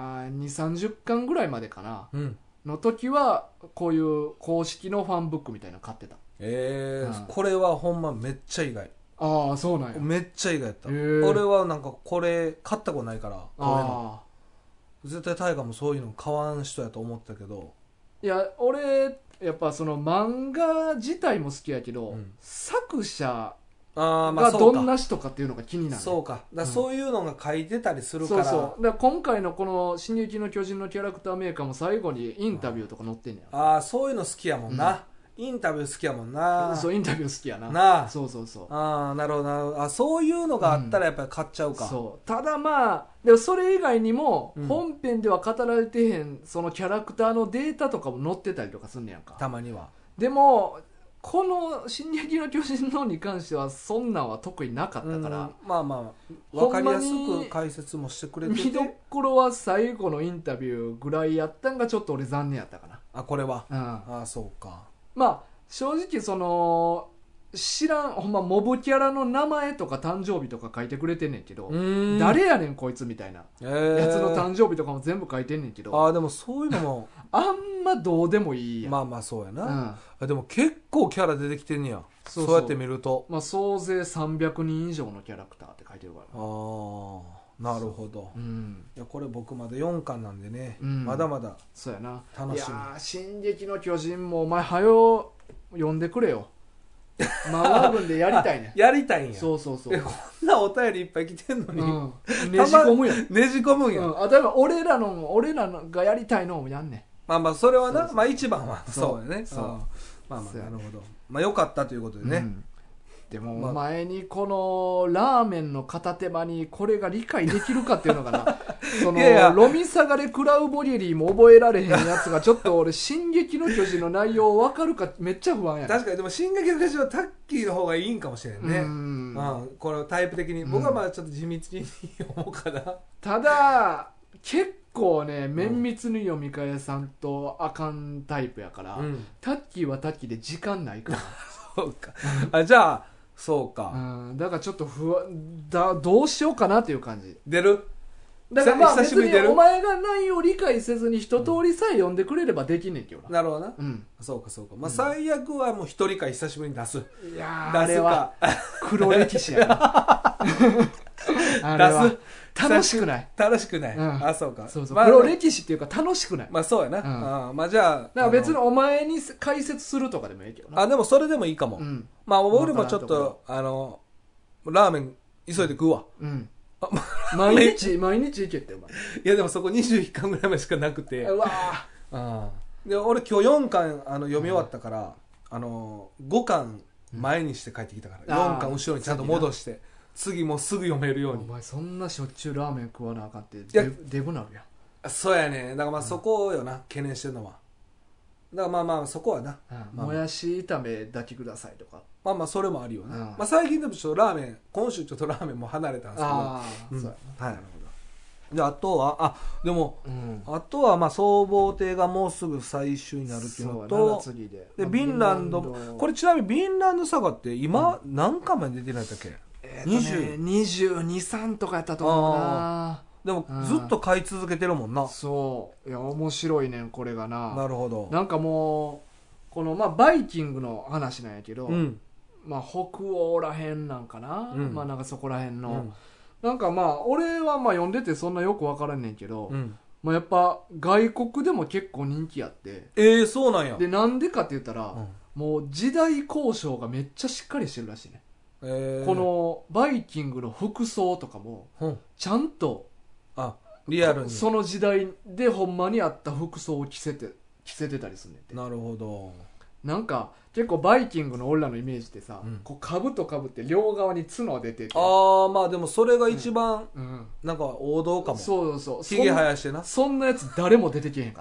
2、30巻ぐらいまでかな、の時はこういう公式のファンブックみたいなの買ってた。これはほんまめっちゃ意外。 そうなんや。 めっちゃ意外やった。俺はなんかこれ買ったことないから、絶対大河もそういうの買わん人やと思ったけど、 いや俺やっぱその漫画自体も好きやけど、作者がどんな人かっていうのが気になる。 そうか、そういうのが書いてたりするから。 だから今回のこの「進撃の巨人」のキャラクターメーカーも最後にインタビューとか載ってんねや。そういうの好きやもんな、インタビュー好きやもんな。 インタビュー好きやな。そうなるほどそういうのがあったらやっぱり買っちゃうか。 ただでもそれ以外にも本編では語られてへんそのキャラクターのデータとかも載ってたりとかすんねやんか、 たまには。 でもこの「進撃の巨人」のに関してはそんなんは特になかったから、 分かりやすく解説もしてくれてて、 見どころは最後のインタビューぐらいやったんがちょっと俺残念やったかな。 これはそうか。 正直その知らんほんまモブキャラの名前とか誕生日とか書いてくれてんねんけど、誰やねんこいつみたいなやつの誕生日とかも全部書いてんねんけど、 でもそういうのもあんまどうでもいいやん。 そうやな、でも結構キャラ出てきてんねや。そうやって見ると総勢300人以上のキャラクターって書いてるから。 なるほど。いやこれ僕まだ4巻なんでね、まだまだそうやな。 楽しみ。 いや進撃の巨人もお前はよ読んでくれよ。漫画軍でやりたいねやりたいんや。 そうそうそう。 こんなお便りいっぱい来てんのに、 ねじ込むやん。 ねじ込むんや。 例えば俺らがやりたいのをやんねん。 まあまあそれはな、まあ一番はそうやね。そう。まあまあなるほど。まあ良かったということでね。 でもお前にこのラーメンの片手間にこれが理解できるかっていうのかな。そのロミサガレクラウボゲリーも覚えられへんやつがちょっと俺進撃の巨人の内容分かるかめっちゃ不安や。 確かにでも進撃の巨人はタッキーの方がいいんかもしれんね。これタイプ的に僕はまあちょっと地道に思うかな。 ただ結構ね綿密に読み返さんとあかんタイプやから、タッキーはタッキーで時間ないからそうか。じゃあそうか、 だからちょっとどうしようかなっていう感じ。 出るだからまあ別にお前が内容を理解せずに一通りさえ読んでくれればできんねんけどな。 なるほどな、そうかそうか。まあ最悪はもう一人会久しぶりに出す。 いやあれは黒歴史やなあれは楽しくない。 楽しくない、あそうか。 そうそう、黒歴史っていうか楽しくない。 まあそうやな、まあじゃあだから別にお前に解説するとかでもいいけどな。 でもそれでもいいかも、まあ俺もちょっとラーメン急いで食うわ。 毎日行けってお前。 いやでもそこ21巻ぐらいまでしかなくて、うわで俺今日4巻読み終わったから、5巻前にして帰ってきたから、4巻後ろにちゃんと戻して次もうすぐ読めるように。 お前そんなしょっちゅうラーメン食わなあかんってデブなるやん。 そうやね。だからまあそこよな、懸念してるのは。だからまあまあそこはな、 もやし炒めだけくださいとか、 まあまあそれもあるよな。まあ最近でもちょっとラーメン、今週ちょっとラーメンも離れたんですけど、そうやな。はい。であとはでも、あとはまあ総合艇がもうすぐ最終になるっていうのと、でビンランド、これちなみにビンランドサガって今何巻まで出てないんだっけ？22、 3とかやったと思うな。 でもずっと買い続けてるもんな。 そう。いや面白いねんこれがな。 なるほど。 なんかもうこのまあバイキングの話なんやけど、まあ北欧らへんなんかな、まあなんかそこらへんの、なんかまあ俺はまあ読んでてそんなよく分からんねんけど、まあやっぱ外国でも結構人気あって。 そうなんや。 でなんでかって言ったら、もう時代交渉がめっちゃしっかりしてるらしいね。このバイキングの服装とかもちゃんとリアルにその時代でほんまにあった服装を着せてたりすんねんて。 なるほど。 なんか結構バイキングの俺らのイメージってさ、こう兜かぶって両側に角出てて、 まあでもそれが一番なんか王道かも。 そうそう、 ひげ生やしてな。 そんなやつ誰も出てけへんから。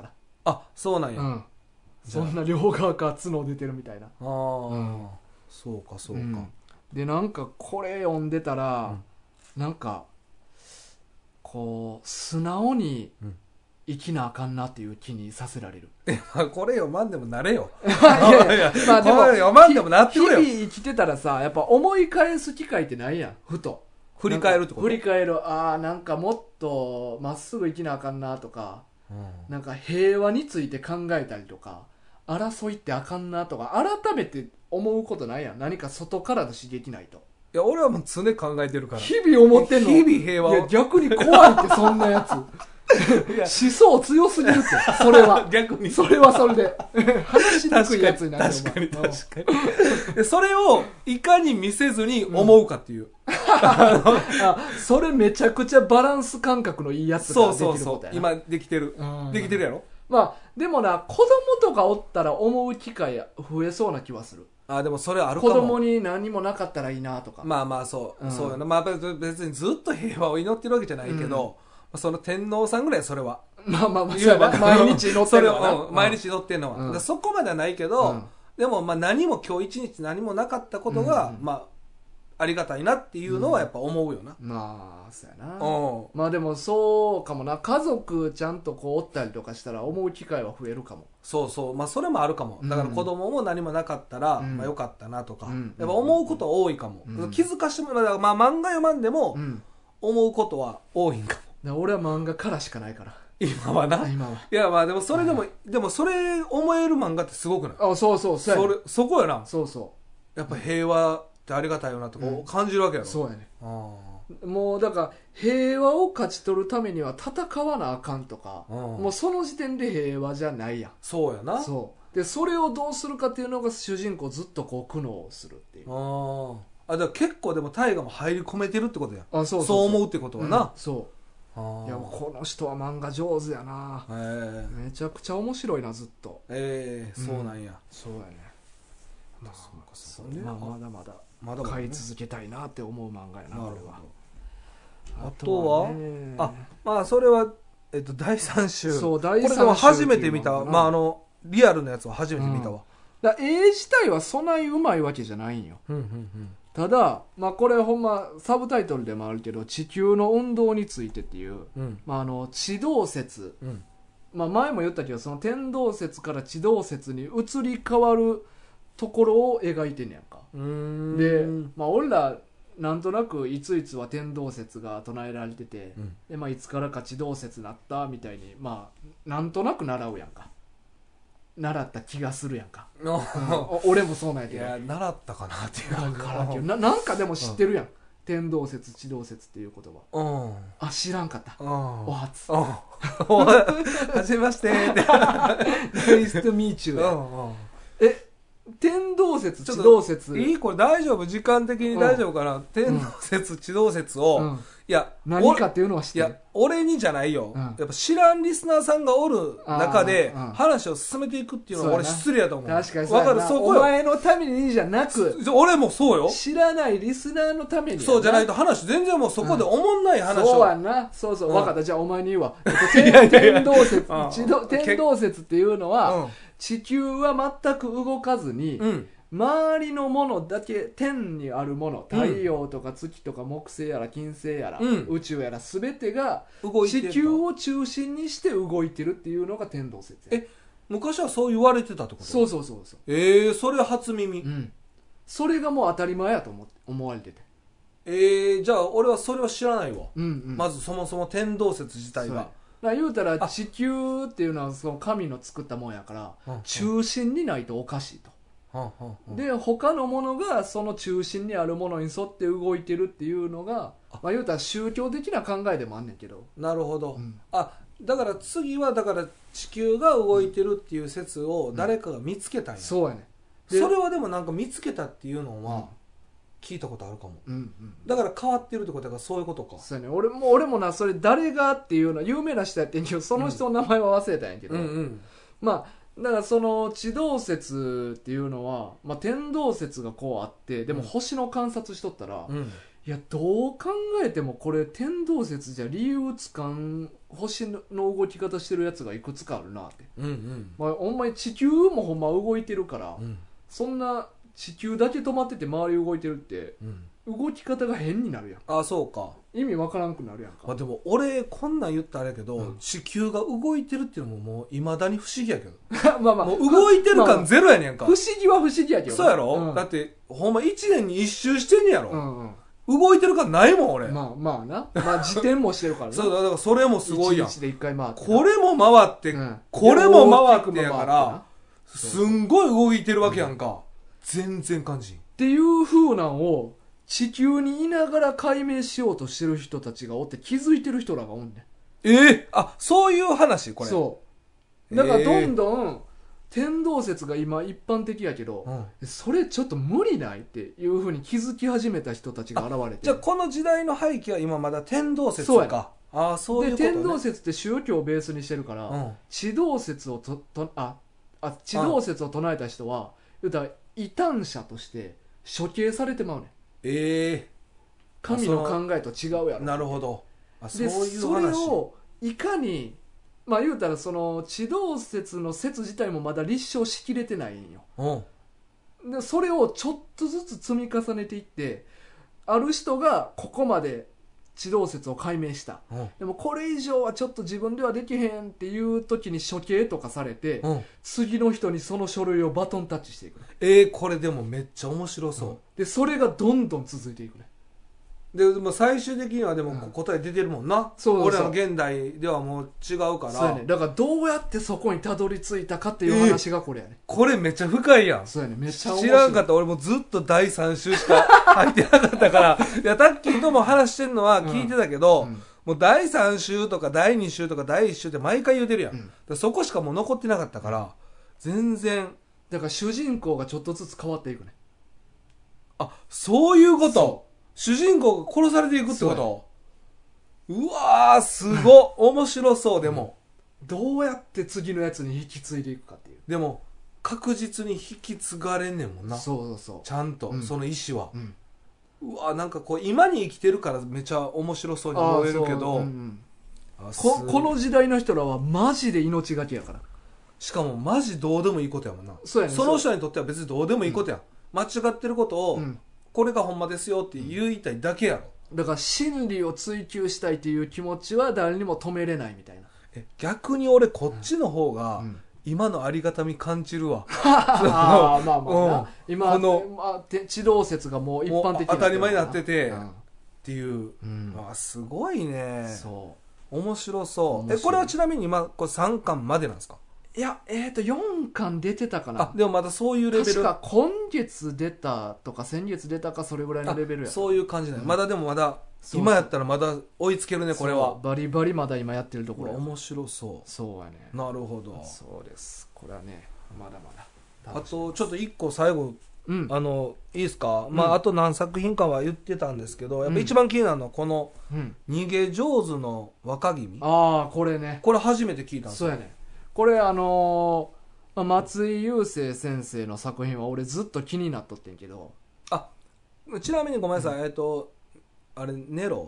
そうなんや。 そんな両側から角出てるみたいな。 そうかそうか。 でなんかこれ読んでたら、なんかこう素直に生きなあかんなっていう気にさせられる。 これ読まんでもなれよ。 まあでも読まんでもなってくれよ。 日々生きてたらさ、やっぱ思い返す機会ってないやん。ふと振り返るってこと？ 振り返る。なんかもっとまっすぐ生きなあかんなとか、なんか平和について考えたりとか、争いってあかんなとか改めて思うことないやん。何か外からの刺激ないと。 いや俺はもう常考えてるから。 日々思ってんの。 日々平和を。 いや逆に怖いってそんなやつ。思想強すぎるって。それは逆にそれはそれで話しにくいやつになる。 確かにそれをいかに見せずに思うかっていう、 それめちゃくちゃバランス感覚のいいやつができることやな。 そう今できてるやろ。 まあでもな、子供とかおったら思う機会増えそうな気はする。 でもそれあるかも。 子供に何もなかったらいいなとか。 まあまあそうよな。まあ別にずっと平和を祈ってるわけじゃないけど、その天皇さんぐらいそれはまあ毎日祈ってるのは毎日祈ってるのは、そこまではないけど、でもまあ何も今日一日何もなかったことがまあありがたいなっていうのはやっぱ思うよな。 まあそうやな。まあでもそうかもな。家族ちゃんとこうおったりとかしたら思う機会は増えるかも。 まあそれもあるかも。だから子供も何もなかったらまあよかったなとかやっぱ思うことは多いかも。気づかしてもらう。まあ漫画読まんでも思うことは多いんかも。 俺は漫画からしかないから今はな。いやまあでもそれでも、でもそれ思える漫画ってすごくない？ そうそこやな。 そうやっぱ平和ってありがたいよなとか感じるわけやろ。 そうやね。 もうだから平和を勝ち取るためには戦わなあかんとか、もうその時点で平和じゃないやん。 そうやな。 そうでそれをどうするかっていうのが主人公ずっとこう苦悩するっていう。 だから結構でも大河も入り込めてるってことや。 そう思うってことはな。 そういやこの人は漫画上手やな。めちゃくちゃ面白いなずっと。 そうなんや。 そうやね。まだまだ買い続けたいなって思う漫画やなこれは。 あとはまあそれは第3週。 そう第3週。 これでも初めて見た。リアルなやつは初めて見たわ。 絵自体はそない上手いわけじゃないんよ。ただこれほんまサブタイトルでもあるけど地球の運動についてっていう、地動説、前も言ったけどその天動説から地動説に移り変わるところを描いてんねやんか。で俺らなんとなくいついつは天動説が唱えられてて、でいつからか地動説なったみたいになんとなく習うやんか。習った気がするやんか。俺もそうなんやけど。 いや習ったかなっていう。 なんかでも知ってるやん。天動説地動説っていう言葉。知らんかった。お初。 はじめましてって。 Nice to meet you。天動説地動説。 いいこれ大丈夫時間的に大丈夫かな。天動説地動説を。いや何かっていうのは知ってる。 いや俺にじゃないよ、やっぱ知らんリスナーさんがおる中で話を進めていくっていうのは俺失礼やと思う。 確かにそうやな。分かる。お前のためにじゃなく俺もそうよ。 知らないリスナーのためにそうじゃないと話全然もうそこでおもんない話を、 そうやな。そう分かった。じゃあお前に言うわ。天動説天動説っていうのは地球は全く動かずに周りのものだけ天にあるもの太陽とか月とか木星やら金星やら、宇宙やら全てが地球を中心にして動いてるっていうのが天動説や。 昔はそう言われてたってこと？ そうそれは初耳、 それがもう当たり前やと思われてて。じゃあ俺はそれは知らないわ、まずそもそも天動説自体が。 言うたら地球っていうのはその神の作ったもんやから、中心にないとおかしいと。で他のものがその中心にあるものに沿って動いてるっていうのが言うたら宗教的な考えでもあんねんけど。 なるほど、だから次は地球が動いてるっていう説を誰かが見つけたんや、 そうやね。 それはでもなんか見つけたっていうのは聞いたことあるかも、だから変わってるってことだからそういうことか。 そうやね。俺もなそれ誰がっていうのは有名な人やってんけどその人の名前は忘れたんやけど、だからその地動説っていうのは、天動説がこうあってでも星の観察しとったら、いやどう考えてもこれ天動説じゃ理由つかん星の動き方してるやつがいくつかあるなって、ほんまに地球もほんま動いてるから、そんな地球だけ止まってて周り動いてるって、動き方が変になるやん。 そうか。 意味わからんくなるやんか。 でも俺こんなん言ったらあれやけど、地球が動いてるっていうのももういまだに不思議やけどもう動いてる感ゼロやねんか。 不思議は不思議やけど。 そうやろ、だってほんま1年に1周してんねやろ、動いてる感ないもん俺。 自転もしてるからね。 そうだからそれもすごいやん。 1日で1回回ってこれも回って、これも回ってやからすんごい動いてるわけやんか、全然感じんっていう風なんを地球にいながら解明しようとしてる人たちがおって気づいてる人らがおんねん。 そういう話これ。 そうだからどんどん天動説が今一般的やけど、それちょっと無理ないっていう風に気づき始めた人たちが現れて。 じゃあこの時代の背景は今まだ天動説か。そういうことね。 で天動説って宗教をベースにしてるから、地動説を地動説を唱えた人は言うたら異端者として処刑されてまうねん。神の考えと違うやろ。 なるほど。 でそれをいかに言うたらその地動説の説自体もまだ立証しきれてないんよ。でそれをちょっとずつ積み重ねていってある人がここまで地動説を解明した、でもこれ以上はちょっと自分ではできへんっていう時に処刑とかされて、次の人にその書類をバトンタッチしていく。 これでもめっちゃ面白そう、 でそれがどんどん続いていくね。 でも最終的にはでも答え出てるもんな、俺らの現代ではもう違うから。 そうやね。だからどうやってそこにたどり着いたかっていう話がこれやね。 これめっちゃ深いやん。 そうやね。めっちゃ面知白い。 らんかった。俺もずっと第3週しか入ってなかったからいやタッキーとも話してんのは聞いてたけど、もう第3週とか第2週とか第1週って毎回言うてるやん、そこしかもう残ってなかったから、全然。 だから主人公がちょっとずつ変わっていくね。 あ、そういうこと。主人公が殺されていくってこと。うわー、すごっ面白そう。でも、 どうやって次のやつに引き継いでいくかっていう。 でも確実に引き継がれんねんもんな。 そうちゃんと、その意思は、うわ、なんかこう今に生きてるからめちゃ面白そうに思えるけど、 この時代の人らはマジで命がけやから。 しかもマジどうでもいいことやもんな。 そうやね。 その人にとっては別にどうでもいいことや、間違ってることを、これがほんまですよって言いたいだけやろ。 だから真理を追求したいっていう気持ちは誰にも止めれないみたいな。 逆に俺こっちの方が今のありがたみ感じるわ。 あまあまあ、今地動説がもう一般的に当たり前になってて、っていう、すごいね。そう面白そう。これはちなみに今これ3巻までなんですか？ いや、4巻出てたかな。 でもまだそういうレベル。 確か今月出たとか先月出たかそれぐらいのレベルや。 そういう感じだよ。まだでもまだ今やったらまだ追いつけるね、これは。 バリバリまだ今やってるところ。 面白そう。 そうやね。 なるほど。 そうです。これはね、まだまだ。 あとちょっと1個最後、いいですか？あと何作品かは言ってたんですけど、やっぱ一番気になるのはこの逃げ上手の若君。 ああ、これね。 これ初めて聞いたんですよ。 そうやね。これ松井優生先生の作品は俺ずっと気になっとってんけど。 ちなみにごめんなさい、あれネウロ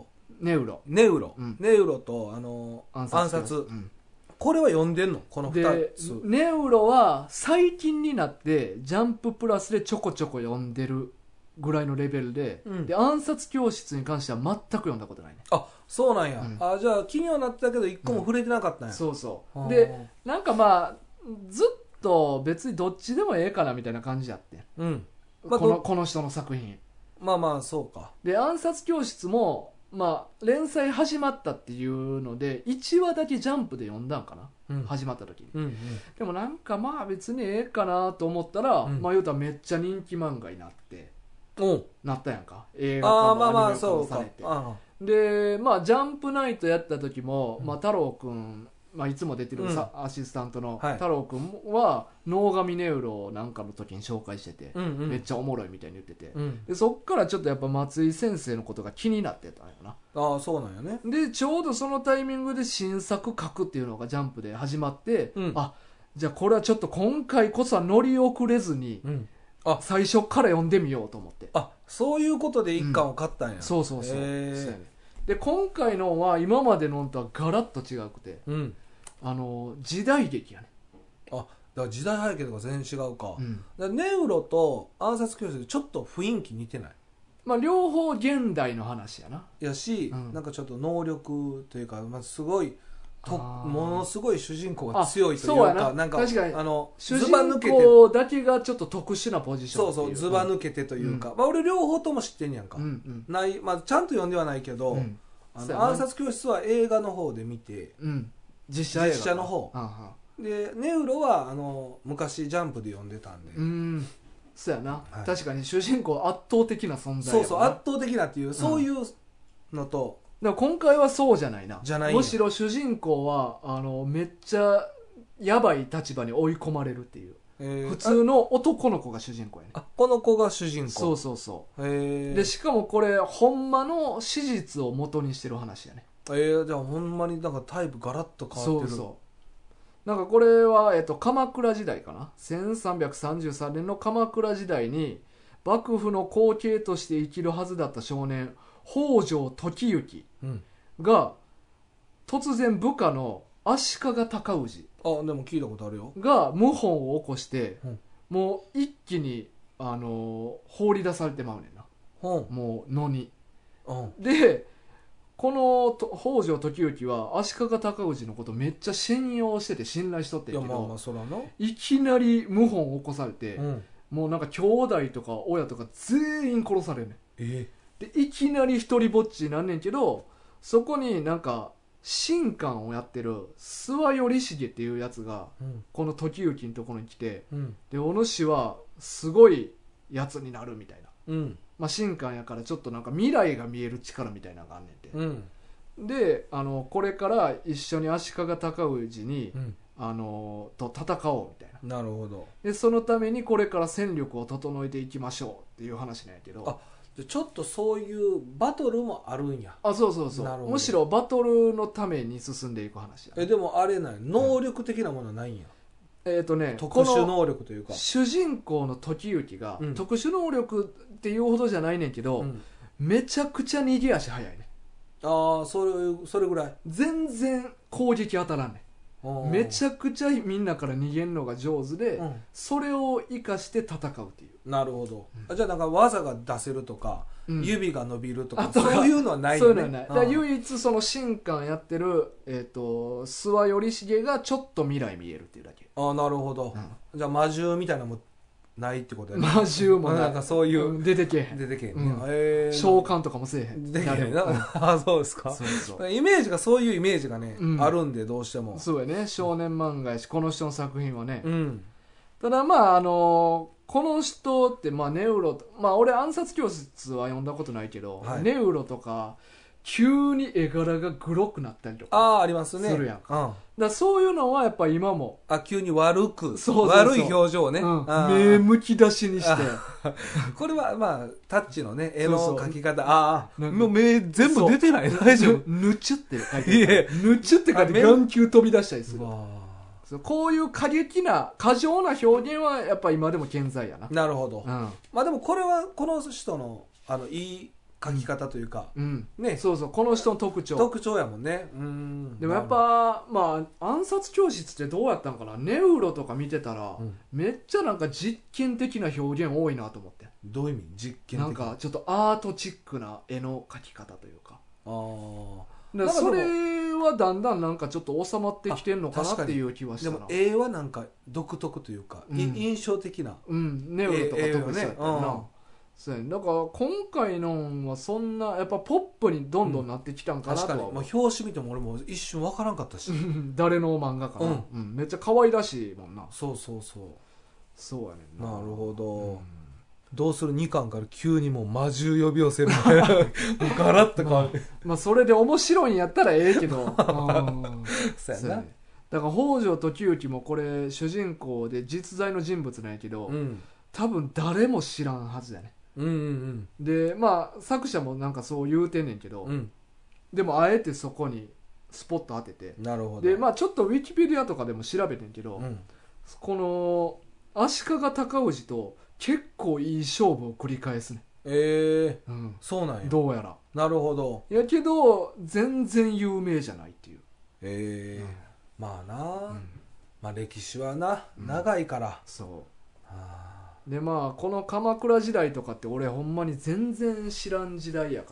と暗殺、これは読んでんの？この2つ。 ネウロは最近になってジャンププラスでちょこちょこ読んでるぐらいのレベルで、で暗殺教室に関しては全く読んだことないね。 そうなんや。じゃあ気にはなってたけど一個も触れてなかったんや。 そうで、なんかずっと別にどっちでもええかなみたいな感じやって、この人の作品。 そうか。 で暗殺教室も連載始まったっていうので1話だけジャンプで読んだんかな、始まった時に、でもなんか別にええかなと思ったら、言うたらめっちゃ人気漫画になってなったやんか、映画化もアニメ化もされて。でジャンプナイトやった時も、太郎くん、いつも出てるアシスタントの太郎くんは能神ネウロなんかの時に紹介してて、めっちゃおもろいみたいに言ってて、でそっからちょっとやっぱ松井先生のことが気になってたんやな。 そうなんやね。 でちょうどそのタイミングで新作書くっていうのがジャンプで始まって、じゃあこれはちょっと今回こそは乗り遅れずに、最初から読んでみようと思って。 そういうことで一巻を買ったんや。 そうで今回のは今までのとはガラッと違くて、時代劇やね。 だから時代背景とか全然違うか。ネウロと暗殺教室でちょっと雰囲気似てない？ 両方現代の話やな。 やし、なんかちょっと能力というか、すごいものすごい主人公が強いというか、なんか確かに主ズバ抜けて人公だけがちょっと特殊なポジションっていう。 ズバ抜けてというか、俺両方とも知ってんやんか、ちゃんと読んではないけど、暗殺教室は映画の方で見て、実写の方で、ネウロは昔ジャンプで読んでたんで、 そうやな、確かに主人公圧倒的な存在やな。 圧倒的なっていう、そういうのと、 でも今回はそうじゃないな。むしろ主人公はめっちゃやばい立場に追い込まれるっていう、普通の男の子が主人公やね。 この子が主人公。 そうでしかもこれほんまの史実を元にしてる話やね。 じゃあほんまになんかタイプガラッと変わってる。 なんかこれは、鎌倉時代かな、1333年の鎌倉時代に幕府の後継として生きるはずだった少年北条時行が、突然部下の足利尊氏でも聞いたことあるよが謀反を起こして、もう一気に放り出されてまうねんな、もう野に。でこの北条時行は足利尊氏のことめっちゃ信用してて信頼しとってんけど、いきなり謀反を起こされて、もうなんか兄弟とか親とか全員殺されるねん。 でいきなり一人ぼっちになんねんけど、そこになんか神官をやってる諏訪頼重っていうやつが、この時行のところに来て、でお主はすごいやつになるみたいな、まあ、神官やからちょっとなんか未来が見える力みたいなのがあんねんて、でこれから一緒に足利尊氏に、と戦おうみたいな。 なるほど。 でそのためにこれから戦力を整えていきましょうっていう話なんやけど、 ちょっとそういうバトルもあるんや。 そうそうそう。むしろバトルのために進んでいく話や。 でもあれない、能力的なものはないんや。特殊能力というか、 主人公の時行が、特殊能力っていうほどじゃないねんけど、めちゃくちゃ逃げ足早いね。 それぐらい全然攻撃当たらんねん。めちゃくちゃみんなから逃げるのが上手で、それを生かして戦うっていう。 なるほど。じゃあなんか技が出せるとか、指が伸びるとか、そういうのはないよね。そういうのはない。だから唯一その神官やってる諏訪頼重がちょっと未来見えるっていうだけ。 なるほど。じゃあ魔獣みたいなのもないってことやね。魔獣もなんかそういう、 出てけへん。 出てけへんね。 召喚とかもせえへん。 出てけへんな。そうですか。イメージが、そういうイメージがね、あるんで、どうしても。 そうやね。少年漫画やし、この人の作品はね。ただまあこの人ってネウロ、俺暗殺教室は読んだことないけど、ネウロとか急に絵柄がグロくなったりとかありますね、 するやんか。だそういうのはやっぱ今も急に悪い表情をね、 目むき出しにしてこれはタッチのね、絵の描き方、もう目全部出てない、大丈夫、 ぬちゅって書いてぬちゅって書いて眼球飛び出したりする。こういう過激な過剰な表現はやっぱ今でも健在やな。 なるほど。でもこれはこの人のいい書き方というか、 ね、そうこの人の特徴やもんね。 でもやっぱ暗殺教室ってどうやったんかな。ネウロとか見てたら、めっちゃなんか実験的な表現多いなと思って。 どういう意味？実験的なんかちょっとアートチックな絵の描き方というか。それはだんだんなんかちょっと収まってきてんのかなっていう気はしたな。 でも絵はなんか独特というか、印象的な。 ネウロとか特にそうやったな。そうやね。だから今回のはそんなやっぱポップにどんどんなってきたんかなとは。 確かに。表紙見ても俺も一瞬わからんかったし。 誰の漫画かな。めっちゃ可愛らしいもんな。 そうそうやねんな。 なるほど。どうする2巻から急にもう魔獣呼び寄せるガラッと変わる。 それで面白いんやったらええけど。 そうやな。 だから北条時行もこれ主人公で実在の人物なんやけど、多分誰も知らんはずやね。で作者もなんかそう言うてんねんけど、でもあえてそこにスポット当てて、 なるほど。 でちょっとウィキペディアとかでも調べてんけど、この足利尊氏と結構いい勝負を繰り返すね。 そうなんや。 どうやら。 なるほど。 やけど全然有名じゃないっていう。 歴史はな、長いから。 そうでこの鎌倉時代とかって俺ほんまに全然知らん時代やから、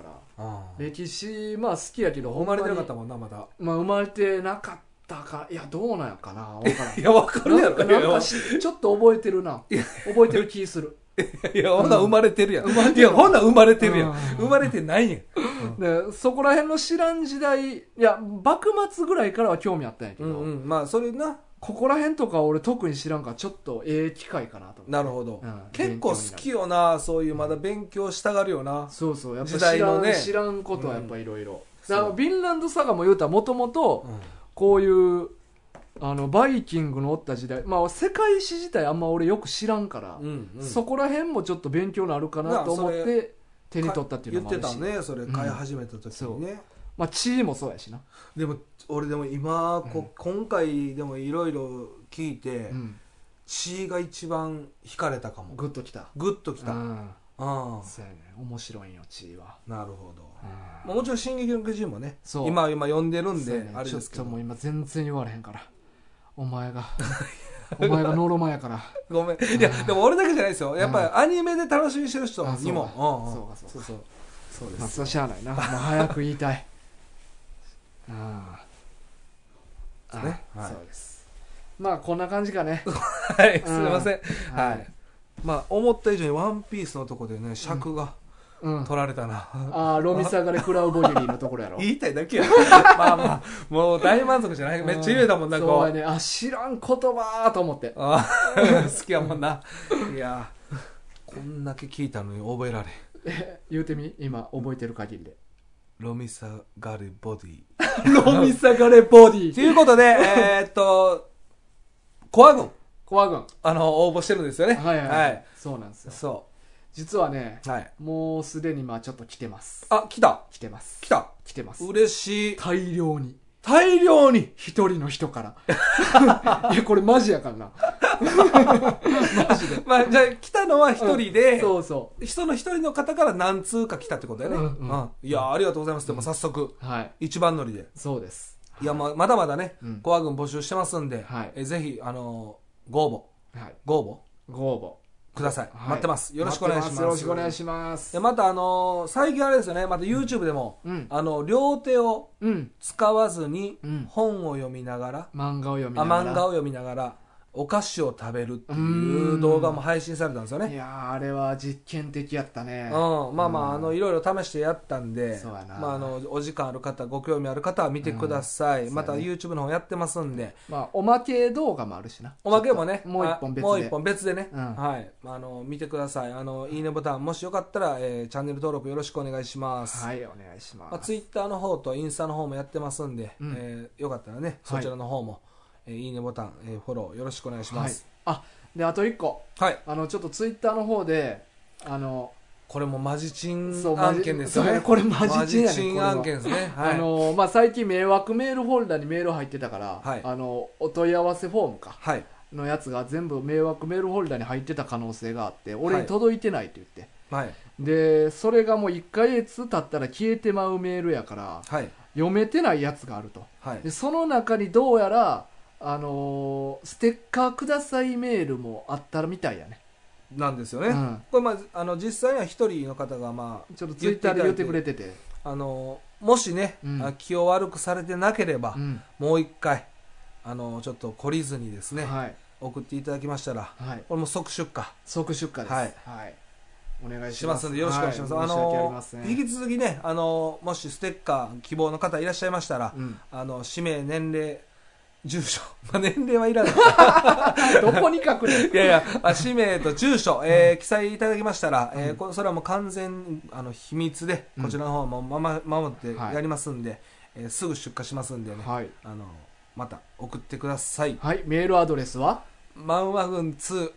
歴史好きやけど生まれてなかったもんな。まだ生まれてなかったか、いやどうなんやかな、分からん。 いや分かるやろ。 なんかちょっと覚えてるな。覚えてる気する。 いやほんな生まれてるやん。いやほんな生まれてるやん。生まれてないやん。 でそこら辺の知らん時代、いや幕末ぐらいからは興味あったんやけど、 それな、 ここら辺とか俺特に知らんからちょっと機会かなと思って。 なるほど。結構好きよな、そういうまだ勉強したがるよな。 そうやっぱ知らんことはやっぱいろいろ。だからヴィンランドサガも言うたらもともとこういうバイキングのおった時代、世界史自体あんま俺よく知らんから、そこら辺もちょっと勉強になるかなと思って手に取ったっていうのもあるし。 言ってたね、それ買い始めた時にね。 地位もそうやしな。 でも俺でも今今回でもいろいろ聞いて、地位が一番惹かれたかも。 グッときた。 そうやね、面白いよ地位は。 なるほど。もちろん進撃の巨人もね、今読んでるんであれですけど、 ちょっともう今全然言われへんから。お前がノロマやから。 ごめん。いやでも俺だけじゃないですよ。やっぱりアニメで楽しみにしてる人にも。 そうです。それしゃあないな。もう早く言いたい。そうです。こんな感じかね。 はい、すいません。はい。思った以上にワンピースのとこでね、尺が取られたな。 ああ、ロミサガレクラウボニュリーのところやろ。 言いたいだけや。まあまあ、もう大満足じゃない。めっちゃ言えたもんな、 そうやね。あ、知らん言葉と思って。 好きやもんな。いや、こんだけ聞いたのに覚えられ。 言うてみ今、覚えてる限りで。 ロミサガレボディ。 ロミサガレボディ。 ということで、コア軍。 コア軍。 応募してるんですよね。 はいはいはい。そうなんですよ。 そう。 実はね、 はい、 もうすでにまあちょっと来てます。 あ、来た。 来てます。 来てます。嬉しい。 大量に。 一人の人から。いや、これマジやからな。マジで。 まあ、じゃあ来たのは一人で、 そうそう。 人の一人の方から何通か来たってことだよね。いや、ありがとうございます。でも早速、一番乗りで。 そうです。 いや、まだまだね、コア軍募集してますんで、ぜひ、ご応募。ください、待ってます。よろしくお願いします。 よろしくお願いします。 また最近あれですよね、また YouTube でも、両手を使わずに本を読みながら、 漫画を読みながらお菓子を食べるっていう動画も配信されたんですよね。 いやー、あれは実験的やったね。 まあまあ、いろいろ試してやったんで、まあ、お時間ある方、ご興味ある方は見てください。また YouTube の方やってますんで、 まあ、おまけ動画もあるしな。 おまけもね、 もう一本別でね、はい、見てください。いいねボタン、もしよかったらチャンネル登録よろしくお願いします。 はい、お願いします。 Twitter の方とインスタの方もやってますんで、よかったらね、そちらの方もいいねボタン、フォローよろしくお願いします。 で、あと1個。ちょっとツイッターの方で、 これもマジチン案件ですよね。 これマジチンやね。 マジチン案件ですね。 まあ、最近迷惑メールフォルダにメール入ってたから、お問い合わせフォームか。のやつが全部迷惑メールフォルダに入ってた可能性があって、俺に届いてないって言って。で、それがもう1ヶ月経ったら消えてまうメールやから、読めてないやつがあると。で、その中にどうやら、ステッカーくださいメールもあったみたいやね。 なんですよね。これ実際には一人の方がちょっとツイッターで言ってくれてて、 もしね、気を悪くされてなければ、もう一回ちょっと懲りずにですね、送っていただきましたら、これも即出荷です。お願いしますのでよろしくお願いします。引き続きね、もしステッカー希望の方いらっしゃいましたら、氏名、年齢、住所、年齢はいらないどこに書くねん。 いやいや、氏名と住所、記載いただきましたら、それはもう完全秘密で、こちらの方も守ってやりますんで、すぐ出荷しますんでね、また送ってください。 メールアドレスは漫画軍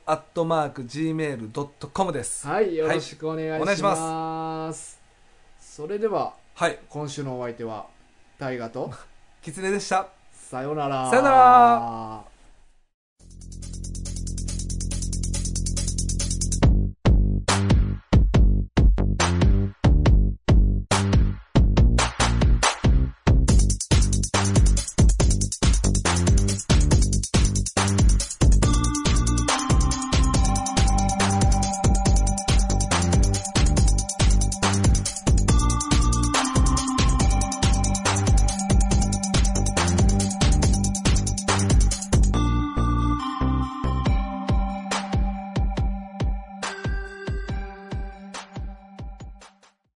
2@gmail.com です。 よろしくお願いします。それでは、今週のお相手は大河とキツネでした。 さよなら。 さよなら。